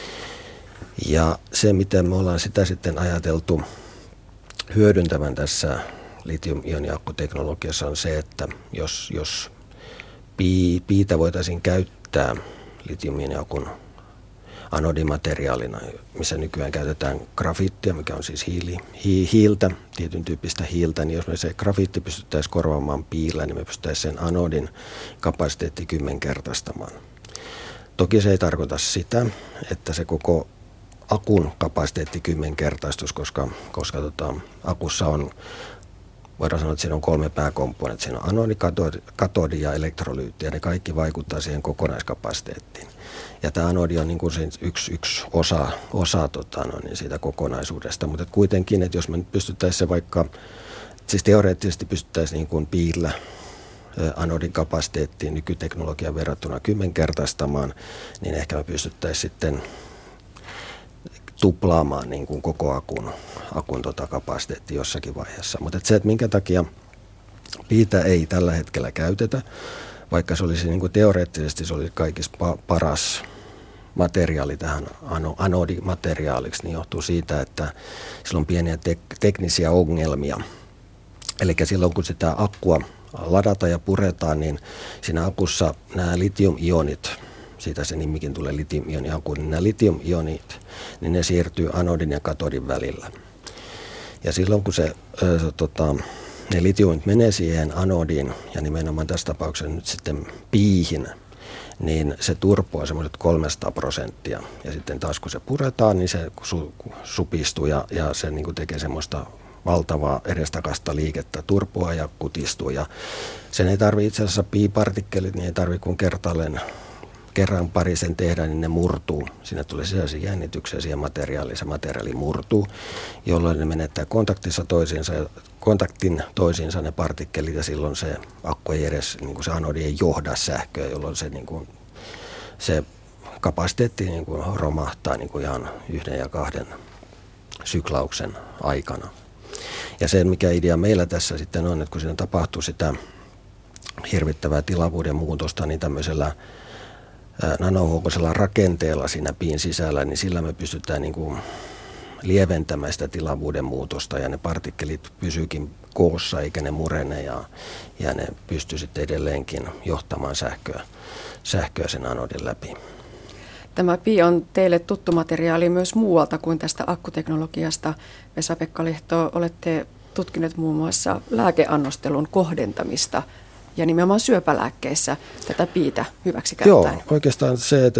Ja se, miten me ollaan sitä sitten ajateltu hyödyntävän tässä litium-ioniakkuteknologiassa on se, että jos piitä voitaisiin käyttää litium-ioniakun anodimateriaalina, missä nykyään käytetään grafiittia, mikä on siis hiiltä, tietyn tyyppistä hiiltä, niin jos me se grafiitti pystyttäisiin korvaamaan piillä, niin me pystyttäisiin sen anodin kapasiteetti 10-kertaistamaan. Toki se ei tarkoita sitä, että se koko akun kapasiteetti 10-kertaistus, koska akussa on, voidaan sanoa, että siinä on 3 pääkomponenttia. Siinä on anodi, katodi ja elektrolyytti, ja ne kaikki vaikuttaa siihen kokonaiskapasiteettiin. Ja tämä anodi on niin kuin se yksi osa niin siitä kokonaisuudesta, mutta kuitenkin, että jos me nyt pystyttäisiin se vaikka, siis teoreettisesti pystyttäisiin niin kuin piillä anodin kapasiteettiin nykyteknologian verrattuna 10-kertaistamaan, niin ehkä me pystyttäisiin sitten tuplaamaan niin kuin koko akun kapasiteetti jossakin vaiheessa. Mutta se, että minkä takia piitä ei tällä hetkellä käytetä, vaikka se olisi niin kuin teoreettisesti se olisi kaikista paras materiaali tähän anodimateriaaliksi, niin johtuu siitä, että sillä on pieniä teknisiä ongelmia. Eli silloin kun sitä akkua ladata ja puretaan, niin siinä akussa nämä litium-ionit, siitä se nimikin tulee litium-ioniakku, niin nämä litium-ionit, niin ne siirtyy anodin ja katodin välillä. Ja silloin kun ne litiumit menee siihen anodiin, ja nimenomaan tässä tapauksessa nyt sitten piihin, niin se turpoaa semmoiset 300%. Ja sitten taas kun se puretaan, niin se supistuu ja se niin kuin tekee semmoista valtavaa edestakasta liikettä, turpoa ja kutistuu. Ja sen ei tarvitse itse asiassa piipartikkelit, niin ei tarvitse kun kerran pari sen tehdä, niin ne murtuu. Siinä tulee sisäisiä jännityksiä siihen materiaaliin, se materiaali murtuu, jolloin ne menettää kontaktin toisiinsa ne partikkelit, ja silloin se akku ei edes, niin kuin se anodi ei johda sähköä, jolloin se, niin kuin, se kapasiteetti niin kuin romahtaa niin kuin ihan 1 ja 2 syklauksen aikana. Ja se, mikä idea meillä tässä sitten on, että kun siinä tapahtuu sitä hirvittävää tilavuuden muutosta, niin tämmöisellä nanohuokoisella rakenteella siinä piin sisällä, niin sillä me pystytään niin kuin lieventämään sitä tilavuuden muutosta, ja ne partikkelit pysyykin koossa eikä ne murene, ja ne pystyy sitten edelleenkin johtamaan sähköä sen anodin läpi. Tämä pi on teille tuttu materiaali myös muualta kuin tästä akkuteknologiasta. Vesa-Pekka Lehto, olette tutkineet muun muassa lääkeannostelun kohdentamista ja nimenomaan syöpälääkkeissä tätä piitä hyväksi käyttäen. Joo, oikeastaan se, että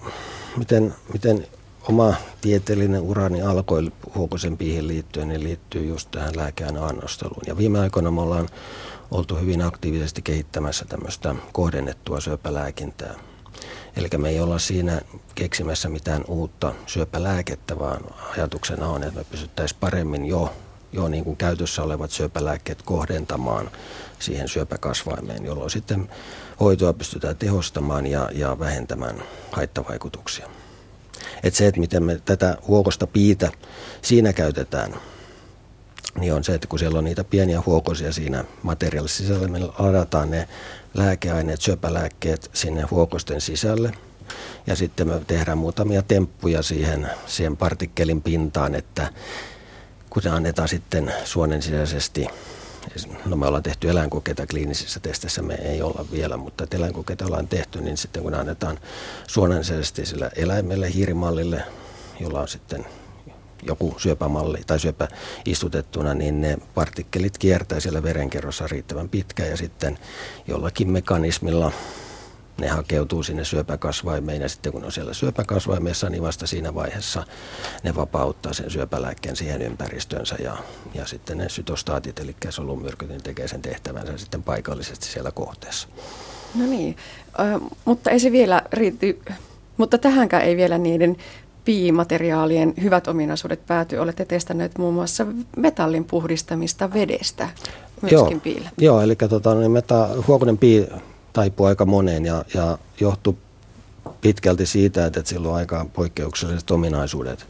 miten oma tieteellinen urani alkoi huokoisen piihin liittyen, niin liittyy just tähän lääkeannosteluun. Ja viime aikoina me ollaan oltu hyvin aktiivisesti kehittämässä tämmöistä kohdennettua syöpälääkintää. Eli me ei olla siinä keksimässä mitään uutta syöpälääkettä, vaan ajatuksena on, että me pystyttäisiin paremmin jo niin kuin käytössä olevat syöpälääkkeet kohdentamaan siihen syöpäkasvaimeen, jolloin sitten hoitoa pystytään tehostamaan ja vähentämään haittavaikutuksia. Että se, että miten me tätä huokosta piitä siinä käytetään, niin on se, että kun siellä on niitä pieniä huokosia siinä materiaalissa sisällä, me ladataan ne lääkeaineet, syöpälääkkeet sinne huokosten sisälle. Ja sitten me tehdään muutamia temppuja siihen partikkelin pintaan, että kun ne annetaan sitten suonen sisäisesti, no me ollaan tehty eläinkokeita kliinisissä testeissä, me ei olla vielä, mutta eläinkokeita ollaan tehty, niin sitten kun annetaan suonen sisäisesti sillä eläimelle, hiirimallille, jolla on sitten joku syöpämalli tai syöpä istutettuna, niin ne partikkelit kiertää siellä verenkerrossa riittävän pitkään, ja sitten jollakin mekanismilla ne hakeutuu sinne syöpäkasvaimeen, ja sitten kun ne on siellä syöpäkasvaimeessa, niin vasta siinä vaiheessa ne vapauttaa sen syöpälääkkeen siihen ympäristönsä, ja sitten ne sytostaatit, eli solumyrkyt, niin tekee sen tehtävänsä sitten paikallisesti siellä kohteessa. No niin, mutta ei se vielä riity, mutta tähänkään ei vielä niiden piimateriaalien hyvät ominaisuudet pääty. Olette testanneet muun muassa metallin puhdistamista vedestä myöskin piillä. Joo, eli huokonen pii taipuu aika moneen ja johtuu pitkälti siitä, että sillä on aika poikkeukselliset ominaisuudet.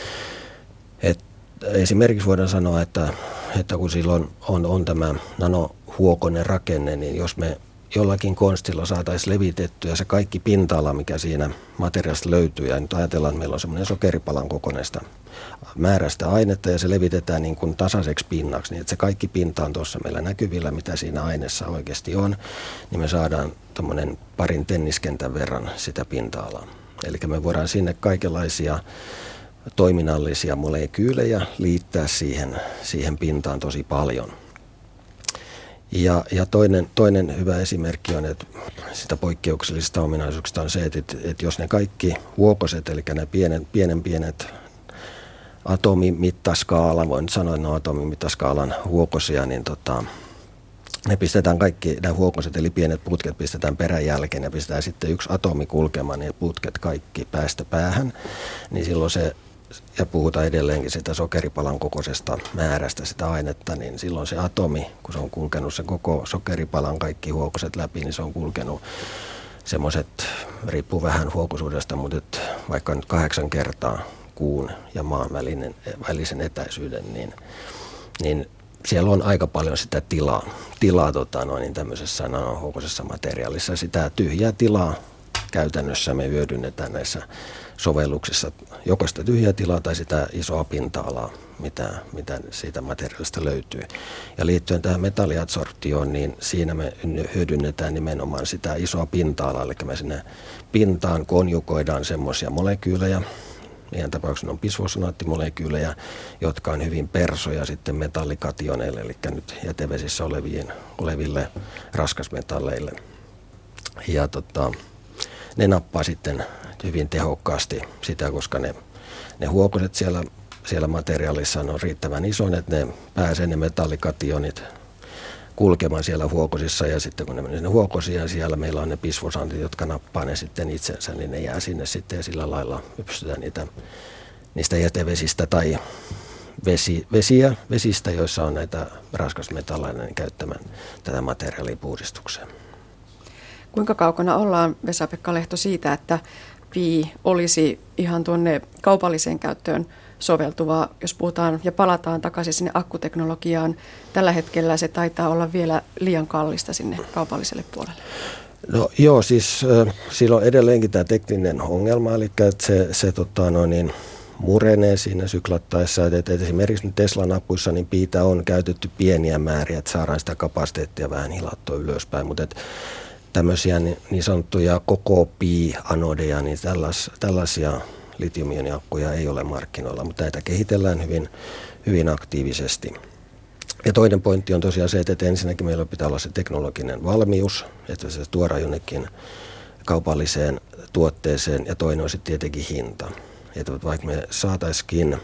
Esimerkiksi voidaan sanoa, että kun silloin on tämä nanohuokoinen rakenne, niin jos me jollakin konstilla saataisiin levitettyä se kaikki pinta-ala, mikä siinä materiaalista löytyy, ja nyt ajatellaan, että meillä on semmoinen sokeripalan kokonaista määräistä ainetta, ja se levitetään niin kuin tasaiseksi pinnaksi, niin että se kaikki pinta on tuossa meillä näkyvillä, mitä siinä aineessa oikeasti on, niin me saadaan tuommoinen parin tenniskentän verran sitä pinta-alaa. Eli me voidaan sinne kaikenlaisia toiminnallisia molekyylejä liittää siihen pintaan tosi paljon. Ja toinen hyvä esimerkki on, että sitä poikkeuksellisista ominaisuuksista on se, että jos ne kaikki huokoset, eli nämä pienet atomimittaskaala, voin nyt sanoa, että ne on atomimittaskaalan huokosia, niin ne pistetään kaikki, nämä huokoset eli pienet putket pistetään peräjälkeen ja pistetään sitten yksi atomi kulkemaan, niin putket kaikki päästä päähän, niin silloin se, ja puhutaan edelleenkin sitä sokeripalan kokoisesta määrästä sitä ainetta, niin silloin se atomi, kun se on kulkenut se koko sokeripalan kaikki huokoset läpi, niin se on kulkenut semmoiset, riippuu vähän huokosuudesta, mutta vaikka nyt 8 kertaa kuun ja maan välisen etäisyyden, niin siellä on aika paljon sitä tilaa tämmöisessä nanohuokoisessa materiaalissa. Sitä tyhjää tilaa käytännössä me hyödynnetään näissä sovelluksissa, joko sitä tyhjää tilaa tai sitä isoa pinta-alaa, mitä siitä materiaalista löytyy. Ja liittyen tähän metalliadsorptioon, niin siinä me hyödynnetään nimenomaan sitä isoa pinta-alaa, eli me sinne pintaan konjugoidaan semmoisia molekyylejä, meidän tapauksessa on bisfosfonaatimolekyylejä, jotka on hyvin persoja sitten metallikationeille, eli nyt jätevesissä oleville raskasmetalleille. Ja ne nappaa sitten hyvin tehokkaasti sitä, koska ne huokoset siellä materiaalissa on riittävän ison, että ne pääsee ne metallikationit kulkemaan siellä huokosissa, ja sitten kun ne menee sinne huokosiin ja siellä meillä on ne bisfosantit, jotka nappaa ne sitten itsensä, niin ne jää sinne sitten ja sillä lailla me pystytään niistä jätevesistä tai vesistä, joissa on näitä raskasmetalleja, niin käyttämään tätä materiaalia puhdistukseen. Kuinka kaukana ollaan, Vesa-Pekka Lehto, siitä, että pii olisi ihan tuonne kaupalliseen käyttöön soveltuvaa, jos puhutaan ja palataan takaisin sinne akkuteknologiaan. Tällä hetkellä se taitaa olla vielä liian kallista sinne kaupalliselle puolelle. No joo, siis sillä on edelleenkin tämä tekninen ongelma, eli että se murenee siinä syklattaessa. Että esimerkiksi Teslan apuissa niin piitä on käytetty pieniä määriä, että saadaan sitä kapasiteettia vähän hilattua ylöspäin, mutta tämmöisiä niin sanottuja koko pi-anodeja, niin tällaisia litium-ioniakkuja ei ole markkinoilla, mutta näitä kehitellään hyvin, hyvin aktiivisesti. Ja toinen pointti on tosiaan se, että ensinnäkin meillä pitää olla se teknologinen valmius, että se tuodaan jonnekin kaupalliseen tuotteeseen, ja toinen on sitten tietenkin hinta. Että vaikka me saataisiin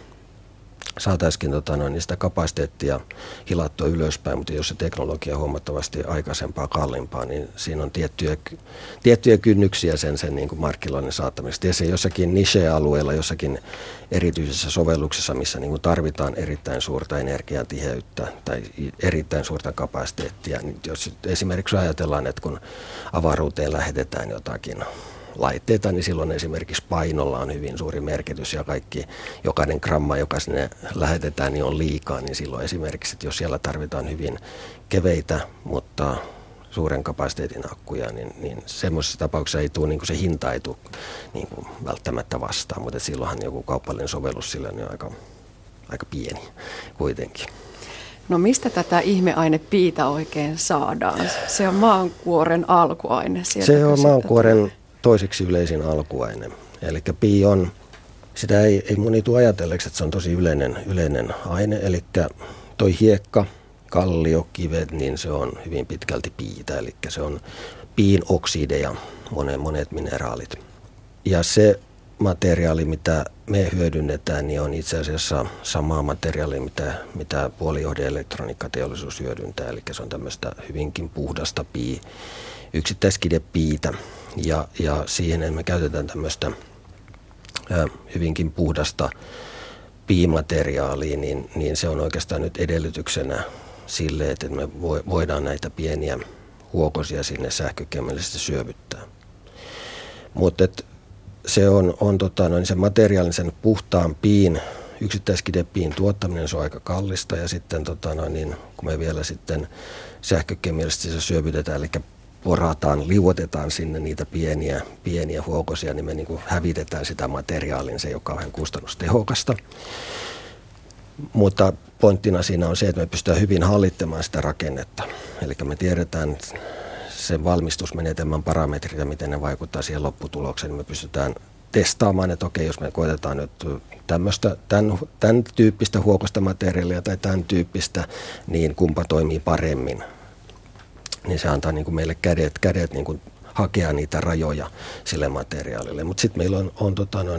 sitä kapasiteettia hilattua ylöspäin, mutta jos se teknologia on huomattavasti aikaisempaa kalliimpaa, niin siinä on tiettyjä kynnyksiä sen niin kuin markkinoinnin saattamisesta. Ja se jossakin niche-alueella, jossakin erityisessä sovelluksessa, missä niin kuin tarvitaan erittäin suurta energiatiheyttä tai erittäin suurta kapasiteettia, niin jos esimerkiksi ajatellaan, että kun avaruuteen lähetetään jotakin laitteita, niin silloin esimerkiksi painolla on hyvin suuri merkitys ja jokainen gramma, joka sinne lähetetään, niin on liikaa, niin silloin esimerkiksi, että jos siellä tarvitaan hyvin keveitä, mutta suuren kapasiteetin akkuja, niin semmoisessa tapauksessa ei tule, niin kuin se hinta ei tule niin kuin välttämättä vastaan, mutta silloinhan joku kaupallinen sovellus sillä on aika pieni kuitenkin. No mistä tätä ihmeainepiitä oikein saadaan? Se on maankuoren alkuaine. Se on maankuoren toiseksi yleisin alkuaine. Eli pii on, sitä ei moni tule ajatelleeksi, että se on tosi yleinen aine. Eli toi hiekka, kallio, kivet, niin se on hyvin pitkälti piitä. Eli se on piin oksideja, monet mineraalit. Ja se materiaali, mitä me hyödynnetään, niin on itse asiassa samaa materiaalia, mitä puolijohde-elektroniikkateollisuus hyödyntää. Eli se on tämmöistä hyvinkin puhdasta yksittäiskidepiitä. Ja siihen me käytetään tämmöistä hyvinkin puhdasta piimateriaalia, niin se on oikeastaan nyt edellytyksenä sille, että me voidaan näitä pieniä huokosia sinne sähkökemellisesti syövyttää. Mutta se on se materiaalin, sen puhtaan piin, yksittäiskidepiin tuottaminen, se on aika kallista, ja sitten kun me vielä sitten sähkökemellisesti se syövytetään, eli liuotetaan sinne niitä pieniä huokosia, niin me niin kuin hävitetään sitä materiaalin, se joka on vähän kustannustehokasta. Mutta pointtina siinä on se, että me pystytään hyvin hallittamaan sitä rakennetta. Eli me tiedetään sen valmistusmenetelmän parametrit ja miten ne vaikuttaa siihen lopputulokseen, niin me pystytään testaamaan, että okei, jos me koetetaan nyt tämän tyyppistä huokosta materiaalia tai tämän tyyppistä, niin kumpa toimii paremmin. Niin se antaa niin kuin meille kädet niin kuin hakea niitä rajoja sille materiaalille. Mutta sitten meillä on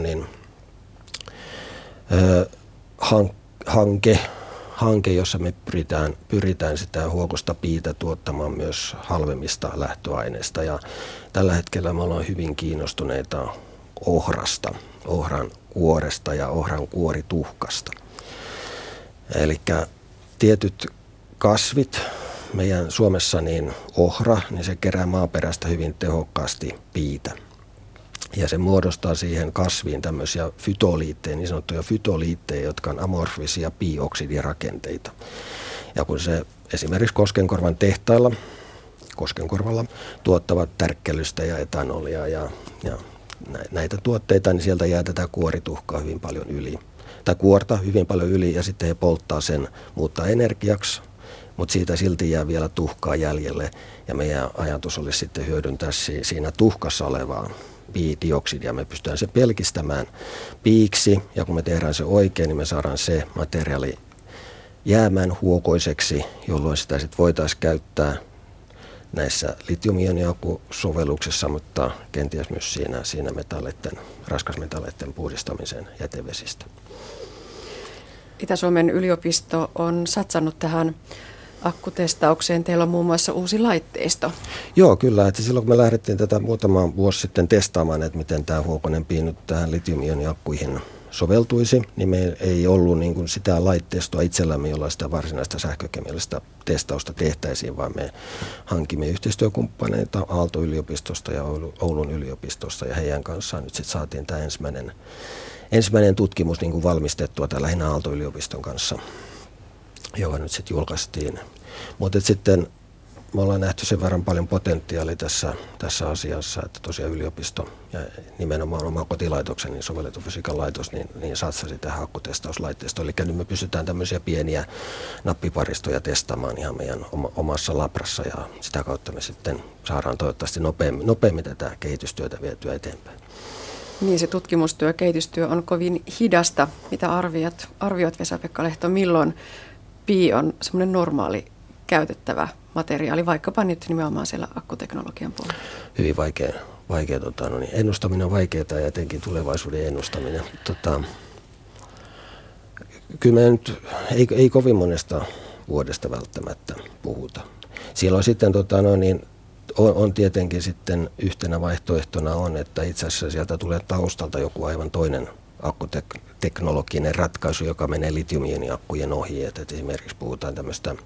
hanke, jossa me pyritään sitä huokosta piitä tuottamaan myös halvemmista lähtöaineista. Ja tällä hetkellä me ollaan hyvin kiinnostuneita ohrasta, ohran kuoresta ja ohran kuorituhkasta. Eli tietyt kasvit, meidän Suomessa niin ohra, niin se kerää maaperästä hyvin tehokkaasti piitä. Ja se muodostaa siihen kasviin tämmöisiä fytoliitteja, niin sanottuja fytoliitteja, jotka on amorfisia piioksidirakenteita. Ja kun se esimerkiksi Koskenkorvan tehtailla, Koskenkorvalla tuottavat tärkkelystä ja etanolia ja näitä tuotteita, niin sieltä jää tätä kuorituhkaa hyvin paljon yli. Tai kuorta hyvin paljon yli ja sitten he polttaa sen, muuttaa energiaksi, mutta siitä silti jää vielä tuhkaa jäljelle. Ja meidän ajatus olisi sitten hyödyntää siinä tuhkassa olevaa piidioksidia. Me pystytään se pelkistämään piiksi ja kun me tehdään se oikein, niin me saadaan se materiaali jäämään huokoiseksi, jolloin sitä sitten voitaisiin käyttää näissä litium-ioniakkusovelluksissa, mutta kenties myös siinä raskasmetalleiden puhdistamisen jätevesistä. Itä-Suomen yliopisto on satsannut tähän akkutestaukseen. Teillä on muun muassa uusi laitteisto. Joo, kyllä. Että silloin kun me lähdettiin tätä muutama vuosi sitten testaamaan, että miten tämä huokonen pii nyt tähän litium-ioniakkuihin soveltuisi, niin meillä ei ollut niin kuin sitä laitteistoa itsellämme, jolla sitä varsinaista sähkökemiallista testausta tehtäisiin, vaan me hankimme yhteistyökumppaneita Aalto-yliopistosta ja Oulun yliopistosta ja heidän kanssaan nyt sitten saatiin tämä ensimmäinen tutkimus niin kuin valmistettua tällä lähinnä Aalto-yliopiston kanssa, joka nyt sitten julkaistiin. Mutta sitten me ollaan nähty sen verran paljon potentiaalia tässä asiassa, että tosiaan yliopisto ja nimenomaan oma kotilaitoksen, niin sovellettu fysiikan laitos, niin satsasi tähän akkutestauslaitteistoon. Eli nyt me pystytään tämmöisiä pieniä nappiparistoja testaamaan ihan meidän omassa labrassa ja sitä kautta me sitten saadaan toivottavasti nopeammin tätä kehitystyötä vietyä eteenpäin. Niin, se tutkimustyö, kehitystyö on kovin hidasta. Mitä arvioit Vesa-Pekka Lehto, milloin pii on semmoinen normaali käytettävä materiaali, vaikkapa nyt nimenomaan siellä akkuteknologian puolella? Hyvin vaikea ennustaminen on vaikeaa ja etenkin tulevaisuuden ennustaminen. Kyllä me nyt ei kovin monesta vuodesta välttämättä puhuta. Silloin sitten on tietenkin sitten yhtenä vaihtoehtona on, että itse asiassa sieltä tulee taustalta joku aivan toinen akkuteknologinen ratkaisu, joka menee litium-ioniakkujen ohi. Että esimerkiksi puhutaan tämmöistä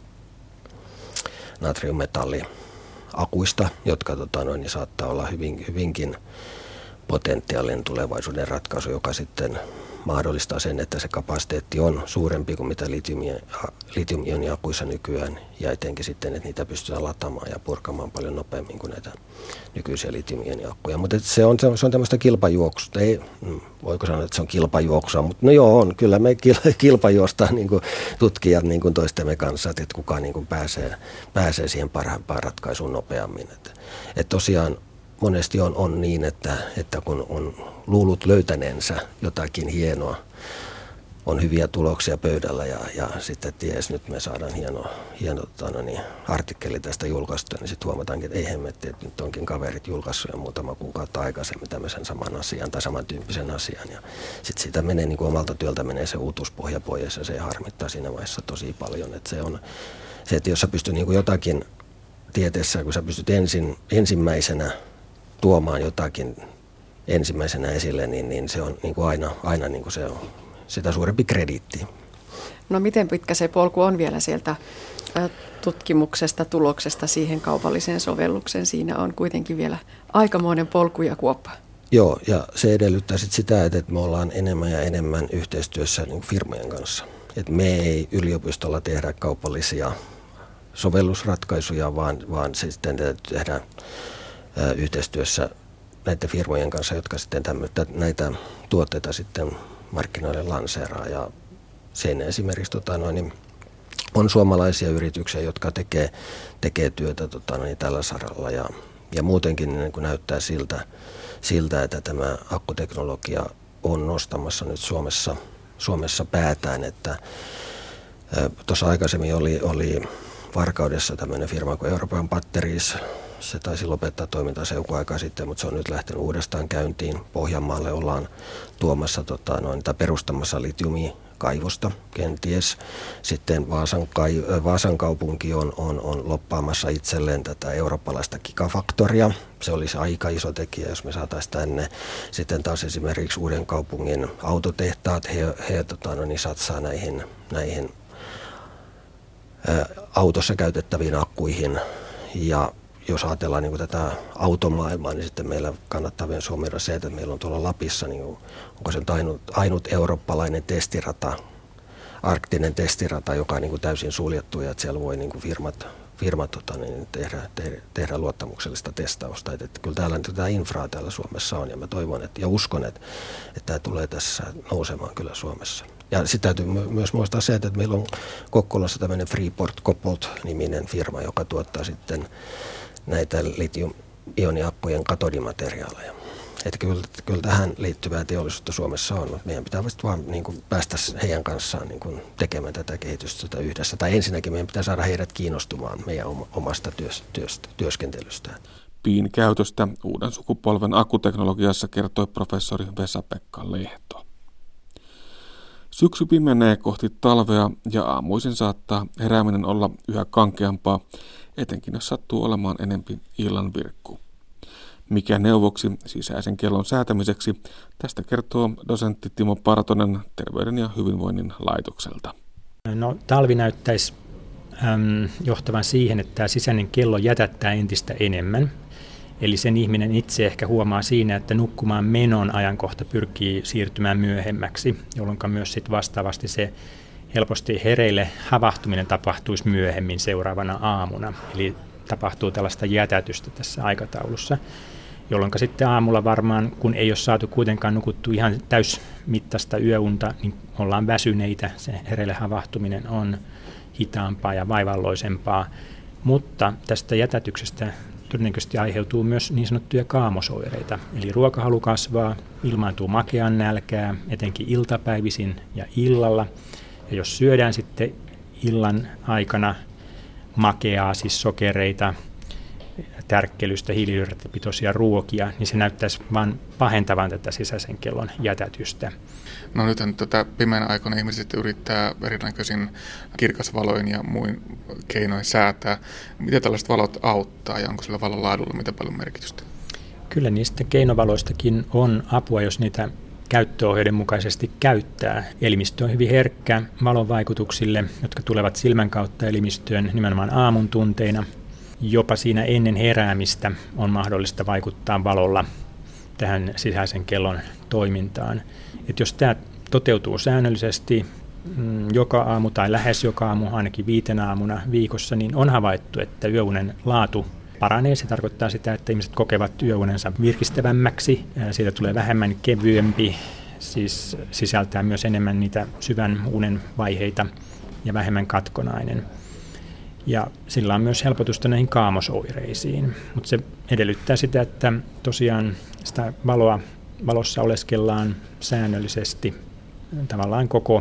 natriummetalliakuista, jotka niin saattaa olla hyvinkin potentiaalinen tulevaisuuden ratkaisu, joka sitten mahdollistaa sen, että se kapasiteetti on suurempi kuin mitä litium-ioniakuissa nykyään, ja etenkin sitten, että niitä pystytään lataamaan ja purkamaan paljon nopeammin kuin näitä nykyisiä litium-ioniakkuja. Mutta se on tämmöistä kilpajuoksua. Ei, voiko sanoa, että se on kilpajuoksua, mutta no joo, on. Kyllä me kilpajuostaan niin kuin tutkijat niin kuin toistemme kanssa, että kuka niin kuin pääsee siihen parhaimpaan ratkaisuun nopeammin. Että tosiaan monesti on niin, että kun on luullut löytäneensä jotakin hienoa, on hyviä tuloksia pöydällä ja sitten ties nyt me saadaan hieno artikkeli tästä julkaista, niin sitten huomataankin, että ei hemmetti, että nyt onkin kaverit julkaissut jo muutama kuukautta aikaisemmin tämmöisen saman asian tai samantyyppisen asian. Ja sitten siitä menee niin kuin omalta työltä menee se uutuuspohja pois ja se harmittaa siinä vaiheessa tosi paljon. Että se on se, että jos sä pystyt niin kuin jotakin tieteessä, kun sä pystyt ensimmäisenä tuomaan jotakin ensimmäisenä esille, niin se on niin kuin aina niin kuin se on sitä suurempi krediitti. No miten pitkä se polku on vielä sieltä tutkimuksesta, tuloksesta siihen kaupalliseen sovellukseen? Siinä on kuitenkin vielä aikamoinen polku ja kuoppa. Joo, ja se edellyttää sitä, että me ollaan enemmän ja enemmän yhteistyössä niin firmojen kanssa. Et me ei yliopistolla tehdä kaupallisia sovellusratkaisuja, vaan se sitten tehdään yhteistyössä näiden firmojen kanssa, jotka sitten näitä tuotteita sitten markkinoille lanseeraa. Ja sen esimerkiksi on suomalaisia yrityksiä, jotka tekee työtä tällä saralla ja muutenkin niin kun näyttää siltä, siltä, että tämä akkuteknologia on nostamassa nyt Suomessa päätään, että tuossa aikaisemmin oli Varkaudessa tämmöinen firma kuin Euroopan Batteries. Se taisi lopettaa toimintansa joku aika sitten, mutta se on nyt lähtenyt uudestaan käyntiin. Pohjanmaalle ollaan tuomassa tai perustamassa litiumikaivosta kenties. Sitten Vaasan kaupunki on loppaamassa itselleen tätä eurooppalaista gigafaktoria. Se olisi aika iso tekijä, jos me saataisiin tänne. Sitten taas esimerkiksi Uuden kaupungin autotehtaat, he satsaa näihin autossa käytettäviin akkuihin. Ja jos ajatellaan niin kuin tätä automaailmaa, niin sitten meillä kannattaa vielä huomioida se, että meillä on tuolla Lapissa, niin onko se ainut eurooppalainen testirata, arktinen testirata, joka on niin kuin täysin suljettu ja että siellä voi niin kuin firmat tehdä luottamuksellista testausta. Että kyllä täällä tätä infraa täällä Suomessa on ja mä toivon ja uskon, että tämä tulee tässä nousemaan kyllä Suomessa. Ja sitten täytyy myös muistaa se, että meillä on Kokkolassa tämmöinen Freeport Cobalt-niminen firma, joka tuottaa sitten näitä litium-ioniakkujen katodimateriaaleja. Että kyllä tähän liittyvää teollisuutta Suomessa on, mutta meidän pitää vaan niin kuin päästä heidän kanssaan niin kuin tekemään tätä kehitystä yhdessä. Tai ensinnäkin meidän pitää saada heidät kiinnostumaan meidän omasta työskentelystään. Piin käytöstä uuden sukupolven akkuteknologiassa kertoi professori Vesa-Pekka Lehto. Syksy pimenee kohti talvea ja aamuisin saattaa herääminen olla yhä kankeampaa, etenkin jos sattuu olemaan enempi illan virkku. Mikä neuvoksi sisäisen kellon säätämiseksi, tästä kertoo dosentti Timo Partonen Terveyden ja hyvinvoinnin laitokselta. No, talvi näyttäisi johtavan siihen, että tämä sisäinen kello jätättää entistä enemmän. Eli sen ihminen itse ehkä huomaa siinä, että nukkumaan menon ajankohta pyrkii siirtymään myöhemmäksi, jolloin myös sit vastaavasti se helposti hereille havahtuminen tapahtuisi myöhemmin seuraavana aamuna. Eli tapahtuu tällaista jätätystä tässä aikataulussa, jolloin sitten aamulla varmaan, kun ei ole saatu kuitenkaan nukuttu ihan täysmittaista yöunta, niin ollaan väsyneitä. Se hereille havahtuminen on hitaampaa ja vaivalloisempaa, mutta tästä jätätyksestä todennäköisesti aiheutuu myös niin sanottuja kaamosoireita. Eli ruokahalu kasvaa, ilmaantuu makean nälkää, etenkin iltapäivisin ja illalla. Ja jos syödään sitten illan aikana makeaa, siis sokereita, tärkkelystä, hiilihydraattipitoisia ruokia, niin se näyttäisi vain pahentavan tätä sisäisen kellon jätätystä. No nythän pimeänä aikana ihmiset yrittää erinäköisin kirkasvaloin ja muin keinoin säätää. Miten tällaiset valot auttaa ja onko sillä valon laadulla mitä paljon merkitystä? Kyllä niistä keinovaloistakin on apua, jos niitä käyttöohjeiden mukaisesti käyttää. Elimistö on hyvin herkkä valon vaikutuksille, jotka tulevat silmän kautta elimistöön nimenomaan aamun tunteina. Jopa siinä ennen heräämistä on mahdollista vaikuttaa valolla tähän sisäisen kellon toimintaan. Et jos tämä toteutuu säännöllisesti joka aamu tai lähes joka aamu, ainakin 5 aamuna viikossa, niin on havaittu, että yöunen laatu paranee. Se tarkoittaa sitä, että ihmiset kokevat yöunensa virkistävämmäksi. Siitä tulee vähemmän kevyempi, siis sisältää myös enemmän niitä syvän unen vaiheita ja vähemmän katkonainen. Ja sillä on myös helpotusta näihin kaamosoireisiin, mutta se edellyttää sitä, että tosiaan sitä valossa oleskellaan säännöllisesti tavallaan koko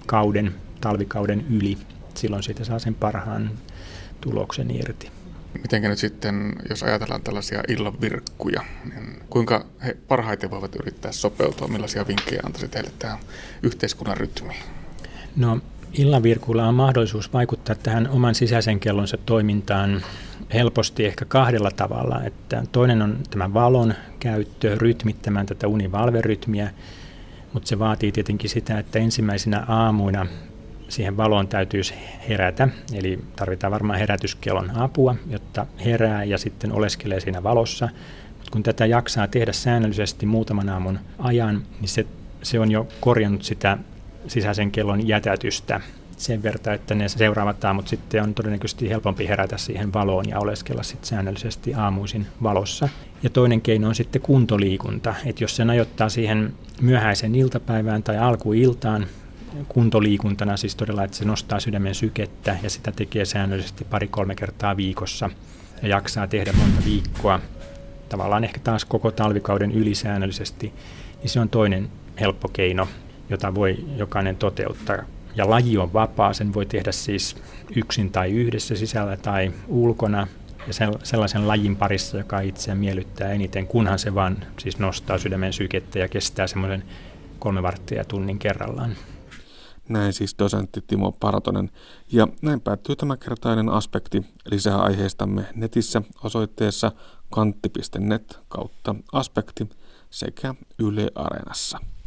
talvikauden yli. Silloin siitä saa sen parhaan tuloksen irti. Mitenkä nyt sitten, jos ajatellaan tällaisia illanvirkkuja, niin kuinka he parhaiten voivat yrittää sopeutua? Millaisia vinkkejä antaisit heille tähän yhteiskunnan rytmiin? No, illanvirkuilla on mahdollisuus vaikuttaa tähän oman sisäisen kellonsa toimintaan helposti ehkä 2 tavalla. Että toinen on tämä valon käyttö rytmittämään tätä univalverytmiä, mutta se vaatii tietenkin sitä, että ensimmäisenä aamuina siihen valoon täytyisi herätä, eli tarvitaan varmaan herätyskellon apua, jotta herää ja sitten oleskelee siinä valossa. Mutta kun tätä jaksaa tehdä säännöllisesti muutaman aamun ajan, niin se on jo korjannut sitä sisäisen kellon jätätystä sen verran, että ne seuraavat aamut sitten on todennäköisesti helpompi herätä siihen valoon ja oleskella sitten säännöllisesti aamuisin valossa. Ja toinen keino on sitten kuntoliikunta, että jos sen ajoittaa siihen myöhäiseen iltapäivään tai alkuiltaan kuntoliikuntana, siis todella, että se nostaa sydämen sykettä ja sitä tekee säännöllisesti 2-3 kertaa viikossa ja jaksaa tehdä monta viikkoa, tavallaan ehkä taas koko talvikauden ylisäännöllisesti, niin se on toinen helppo keino, jota voi jokainen toteuttaa. Ja laji on vapaa, sen voi tehdä siis yksin tai yhdessä sisällä tai ulkona ja sellaisen lajin parissa, joka itseään miellyttää eniten, kunhan se vaan siis nostaa sydämen sykettä ja kestää semmoisen 3 varttia tunnin kerrallaan. Näin siis dosentti Timo Partonen. Ja näin päättyy tämänkertainen aspekti. Lisää aiheistamme netissä osoitteessa kantti.net/aspekti sekä Yle Areenassa.